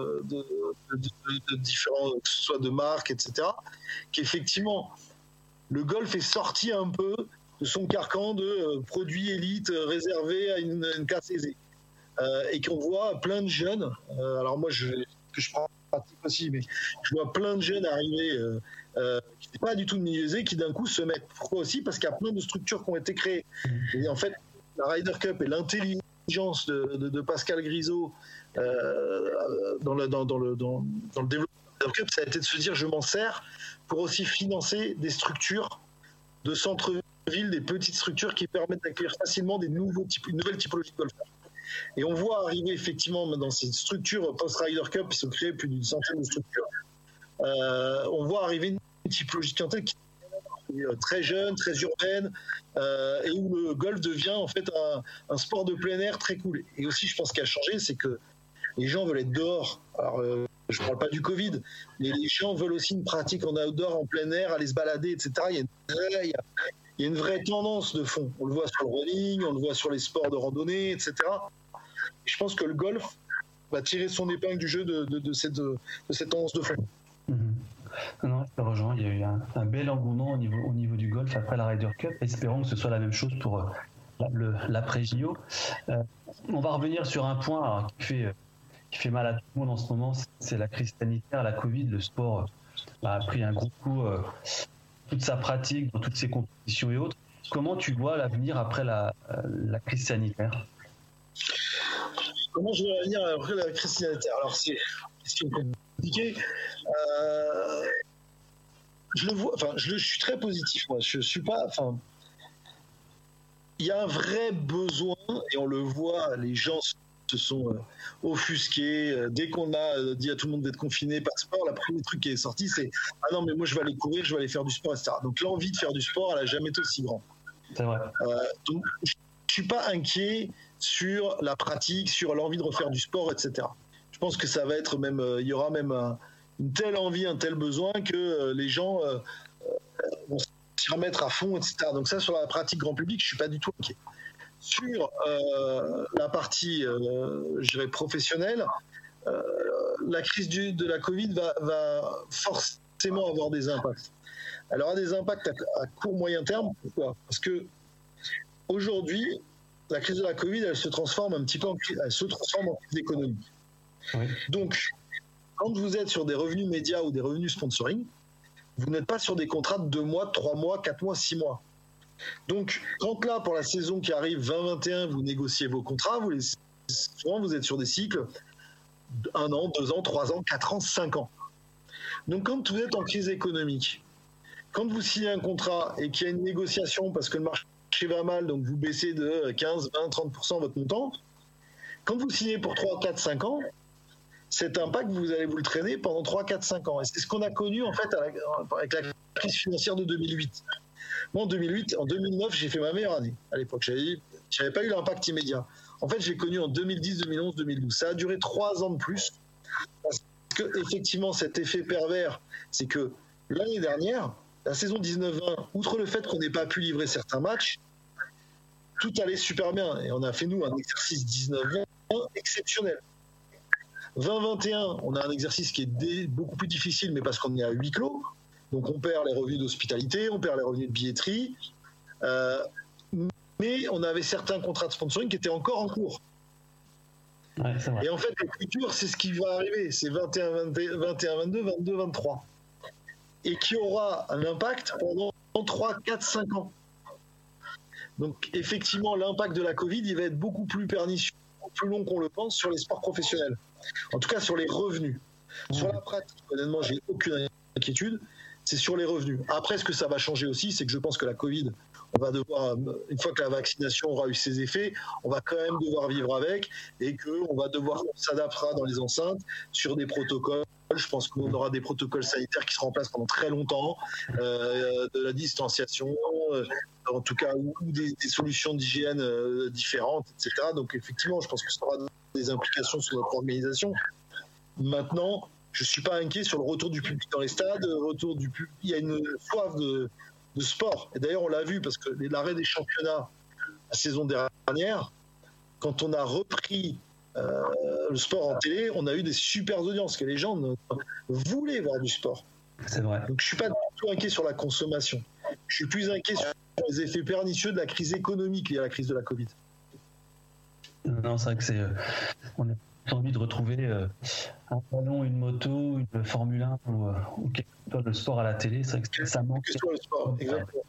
de différents, que ce soit de marques, etc., qu'effectivement le golf est sorti un peu de son carcan de produits élites réservés à une classe aisée. Et qu'on voit plein de jeunes, alors moi je pratique aussi, mais je vois plein de jeunes arriver qui ne sont pas du tout de milieu aisé, qui d'un coup se mettent. Pourquoi aussi? Parce qu'il y a plein de structures qui ont été créées. Et en fait, la Ryder Cup et l'intelligence de Pascal Grisot dans le développement de la Ryder Cup, ça a été de se dire je m'en sers pour aussi financer des structures de centre-ville, des petites structures qui permettent d'accueillir facilement une nouvelle typologie de golfeurs. Et on voit arriver effectivement dans ces structures post-Ryder Cup, ils sont créés plus d'une centaine de structures. On voit arriver une typologie de clientèle qui est très jeune, très urbaine, et où le golf devient en fait un sport de plein air très cool. Et aussi, je pense qu'il a changé, c'est que les gens veulent être dehors. Alors, je ne parle pas du Covid, mais les gens veulent aussi une pratique en outdoor, en plein air, aller se balader, etc. Il y a une vraie tendance de fond. On le voit sur le running, on le voit sur les sports de randonnée, etc. Et je pense que le golf va tirer son épingle du jeu de cette tendance de fond. Non, je te rejoins. Il y a eu un bel engouement au niveau du golf après la Ryder Cup. Espérons que ce soit la même chose pour l'après-JO. On va revenir sur un point qui fait mal à tout le monde en ce moment, c'est la crise sanitaire, la Covid. Le sport a pris un gros coup, toute sa pratique, dans toutes ses compétitions et autres. Comment tu vois l'avenir après la crise sanitaire? Comment je vois l'avenir après la crise sanitaire? Alors c'est une question compliquée. Je le vois, je suis très positif, moi. Je suis pas, il y a un vrai besoin, et on le voit, les gens se sont offusqués. Dès qu'on a dit à tout le monde d'être confiné, pas de sport, le premier truc qui est sorti, c'est « Ah non, mais moi, je vais aller courir, je vais aller faire du sport, etc. » Donc, l'envie de faire du sport, elle n'a jamais été aussi grande. C'est vrai. Donc, je ne suis pas inquiet sur la pratique, sur l'envie de refaire du sport, etc. Je pense que ça va être même, il y aura même une telle envie, un tel besoin que les gens vont s'y remettre à fond, etc. Donc ça, sur la pratique grand public, je ne suis pas du tout inquiet. Sur la partie, je dirais, professionnelle, la crise de la Covid va forcément avoir des impacts. Elle aura des impacts à court, moyen terme. Pourquoi ? Parce que aujourd'hui, la crise de la Covid, elle se transforme un petit peu en crise économique. Oui. Donc, quand vous êtes sur des revenus médias ou des revenus sponsoring, vous n'êtes pas sur des contrats de 2 mois, 3 mois, 4 mois, 6 mois. Donc, quand là, pour la saison qui arrive 2021, vous négociez vos contrats, souvent vous êtes sur des cycles de 1 an, 2 ans, 3 ans, 4 ans, 5 ans. Donc, quand vous êtes en crise économique, quand vous signez un contrat et qu'il y a une négociation parce que le marché va mal, donc vous baissez de 15, 20, 30% votre montant, quand vous signez pour 3, 4, 5 ans, cet impact, vous allez vous le traîner pendant 3, 4, 5 ans. Et c'est ce qu'on a connu en fait avec la crise financière de 2008. Moi, en 2009, j'ai fait ma meilleure année à l'époque. J'avais pas eu l'impact immédiat. En fait, j'ai connu en 2010, 2011, 2012. Ça a duré 3 ans de plus. Parce que, effectivement, cet effet pervers, c'est que l'année dernière, la saison 19-20, outre le fait qu'on n'ait pas pu livrer certains matchs, tout allait super bien. Et on a fait, nous, un exercice 19-20 exceptionnel. 20-21, on a un exercice qui est beaucoup plus difficile, mais parce qu'on est à huis clos. Donc, on perd les revenus d'hospitalité, on perd les revenus de billetterie. Mais on avait certains contrats de sponsoring qui étaient encore en cours. Ouais, c'est vrai. Et en fait, le plus dur, c'est ce qui va arriver. C'est 21-22, 22-23. Et qui aura un impact pendant 3, 4, 5 ans. Donc, effectivement, l'impact de la Covid, il va être beaucoup plus pernicieux, plus long qu'on le pense, sur les sports professionnels. En tout cas, sur les revenus. Sur la pratique, honnêtement, j'ai aucune inquiétude. C'est sur les revenus. Après, ce que ça va changer aussi, c'est que je pense que la Covid, on va devoir, une fois que la vaccination aura eu ses effets, on va quand même devoir vivre avec et qu'on va devoir, on s'adaptera dans les enceintes sur des protocoles. Je pense qu'on aura des protocoles sanitaires qui seront en place pendant très longtemps, de la distanciation, en tout cas, ou des solutions d'hygiène différentes, etc. Donc, effectivement, je pense que ça aura des implications sur notre organisation. Maintenant, je ne suis pas inquiet sur le retour du public dans les stades. Il y a une soif de sport. Et d'ailleurs, on l'a vu parce que l'arrêt des championnats la saison dernière, quand on a repris le sport en télé, on a eu des super audiences, que les gens voulaient voir du sport. C'est vrai. Donc je ne suis pas du tout inquiet sur la consommation. Je suis plus inquiet sur les effets pernicieux de la crise économique liée à la crise de la Covid. Non, c'est vrai que on a envie de retrouver un ballon, une moto, une Formule 1 ou quelque chose de sport à la télé. C'est vrai que ça manque. Que soit le sport, exactement.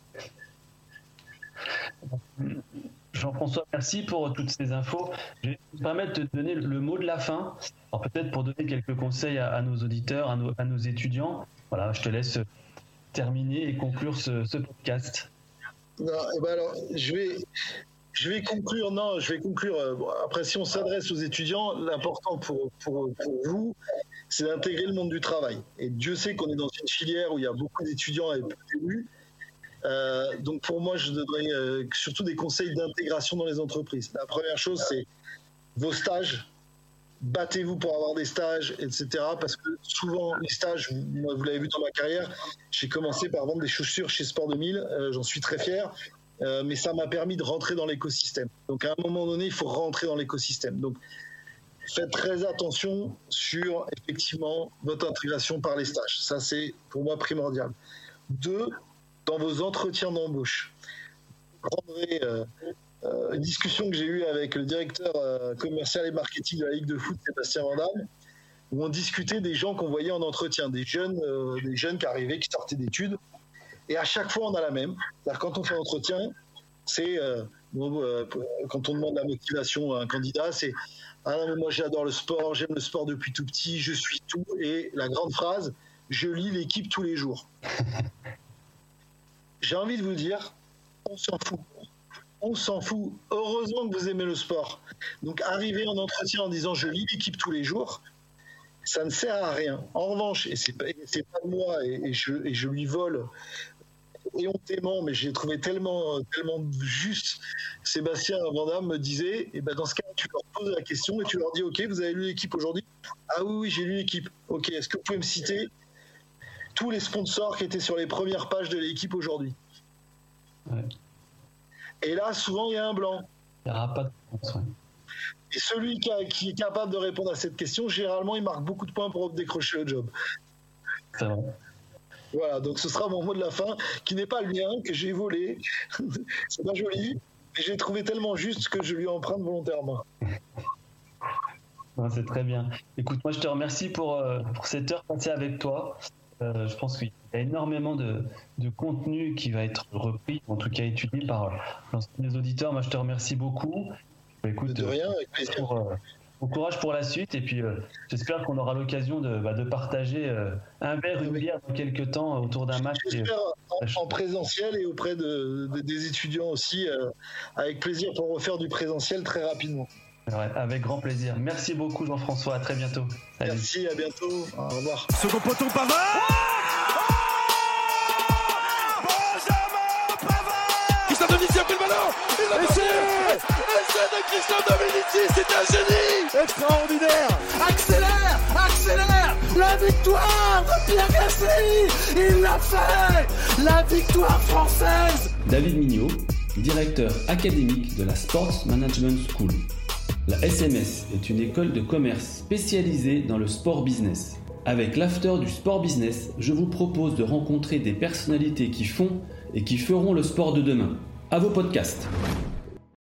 Jean-François, merci pour toutes ces infos. Je vais me permettre de te donner le mot de la fin. Alors peut-être pour donner quelques conseils à nos auditeurs, à nos étudiants. Voilà, je te laisse terminer et conclure ce podcast. Non, et ben alors, je vais conclure. Non, je vais conclure. Après, si on s'adresse aux étudiants, l'important pour vous, c'est d'intégrer le monde du travail. Et Dieu sait qu'on est dans une filière où il y a beaucoup d'étudiants et peu d'élus. Donc pour moi, je donnerais surtout des conseils d'intégration dans les entreprises. La première chose, c'est vos stages. Battez-vous pour avoir des stages, etc. Parce que souvent, les stages, moi, vous l'avez vu dans ma carrière, j'ai commencé par vendre des chaussures chez Sport 2000. J'en suis très fier. Mais ça m'a permis de rentrer dans l'écosystème. Donc à un moment donné, il faut rentrer dans l'écosystème. Donc faites très attention sur effectivement votre intégration par les stages. Ça, c'est pour moi primordial. 2, dans vos entretiens d'embauche, vous prendrez une discussion que j'ai eue avec le directeur commercial et marketing de la Ligue de foot, Sébastien Vandamme, où on discutait des gens qu'on voyait en entretien, des jeunes qui arrivaient, qui sortaient d'études. Et à chaque fois, on a la même. C'est-à-dire, quand on fait un entretien, c'est quand on demande la motivation à un candidat, c'est « Ah non, mais moi j'adore le sport, j'aime le sport depuis tout petit, je suis tout. » Et la grande phrase, « Je lis l'équipe tous les jours. » J'ai envie de vous dire, on s'en fout. On s'en fout. Heureusement que vous aimez le sport. Donc, arriver en entretien en disant je lis l'équipe tous les jours, ça ne sert à rien. En revanche, et c'est pas de moi, et je lui vole éhontément, mais j'ai trouvé tellement juste. Sébastien Vandamme me disait, et ben dans ce cas, tu leur poses la question et tu leur dis, ok, vous avez lu l'équipe aujourd'hui ? Ah oui, j'ai lu l'équipe. Ok, est-ce que vous pouvez me citer tous les sponsors qui étaient sur les premières pages de l'équipe aujourd'hui ? Ouais. Et là, souvent, il y a un blanc. Il n'y aura pas de réponse, ouais. Et celui qui est capable de répondre à cette question, généralement, il marque beaucoup de points pour décrocher le job. C'est vrai. Voilà, donc ce sera mon mot de la fin, qui n'est pas le mien, que j'ai volé. C'est pas joli, mais j'ai trouvé tellement juste que je lui emprunte volontairement. Non, c'est très bien. Écoute, moi je te remercie pour cette heure passée avec toi. Je pense qu'il y a énormément de contenu qui va être repris, en tout cas étudié par l'ensemble des auditeurs. Moi je te remercie beaucoup. Écoute, de rien, avec plaisir. Bon courage pour la suite et puis j'espère qu'on aura l'occasion de partager un verre, une bière dans quelques temps autour d'un match. J'espère en présentiel et auprès des étudiants aussi, avec plaisir pour refaire du présentiel très rapidement. Ouais, avec grand plaisir. Merci beaucoup Jean-François, à très bientôt. Salut. Merci, à bientôt, au revoir. Second poteau Pavard. Benjamin Pavard. Christian Dominici a pris le ballon. Il l'a marqué. Essai de Christian Dominici, c'est un génie. Extraordinaire. Accélère. La victoire de Pierre Gasly. Il l'a fait. La victoire française. David Mignot, directeur académique de la Sports Management School. La SMS est une école de commerce spécialisée dans le sport business. Avec l'after du sport business, je vous propose de rencontrer des personnalités qui font et qui feront le sport de demain. À vos podcasts.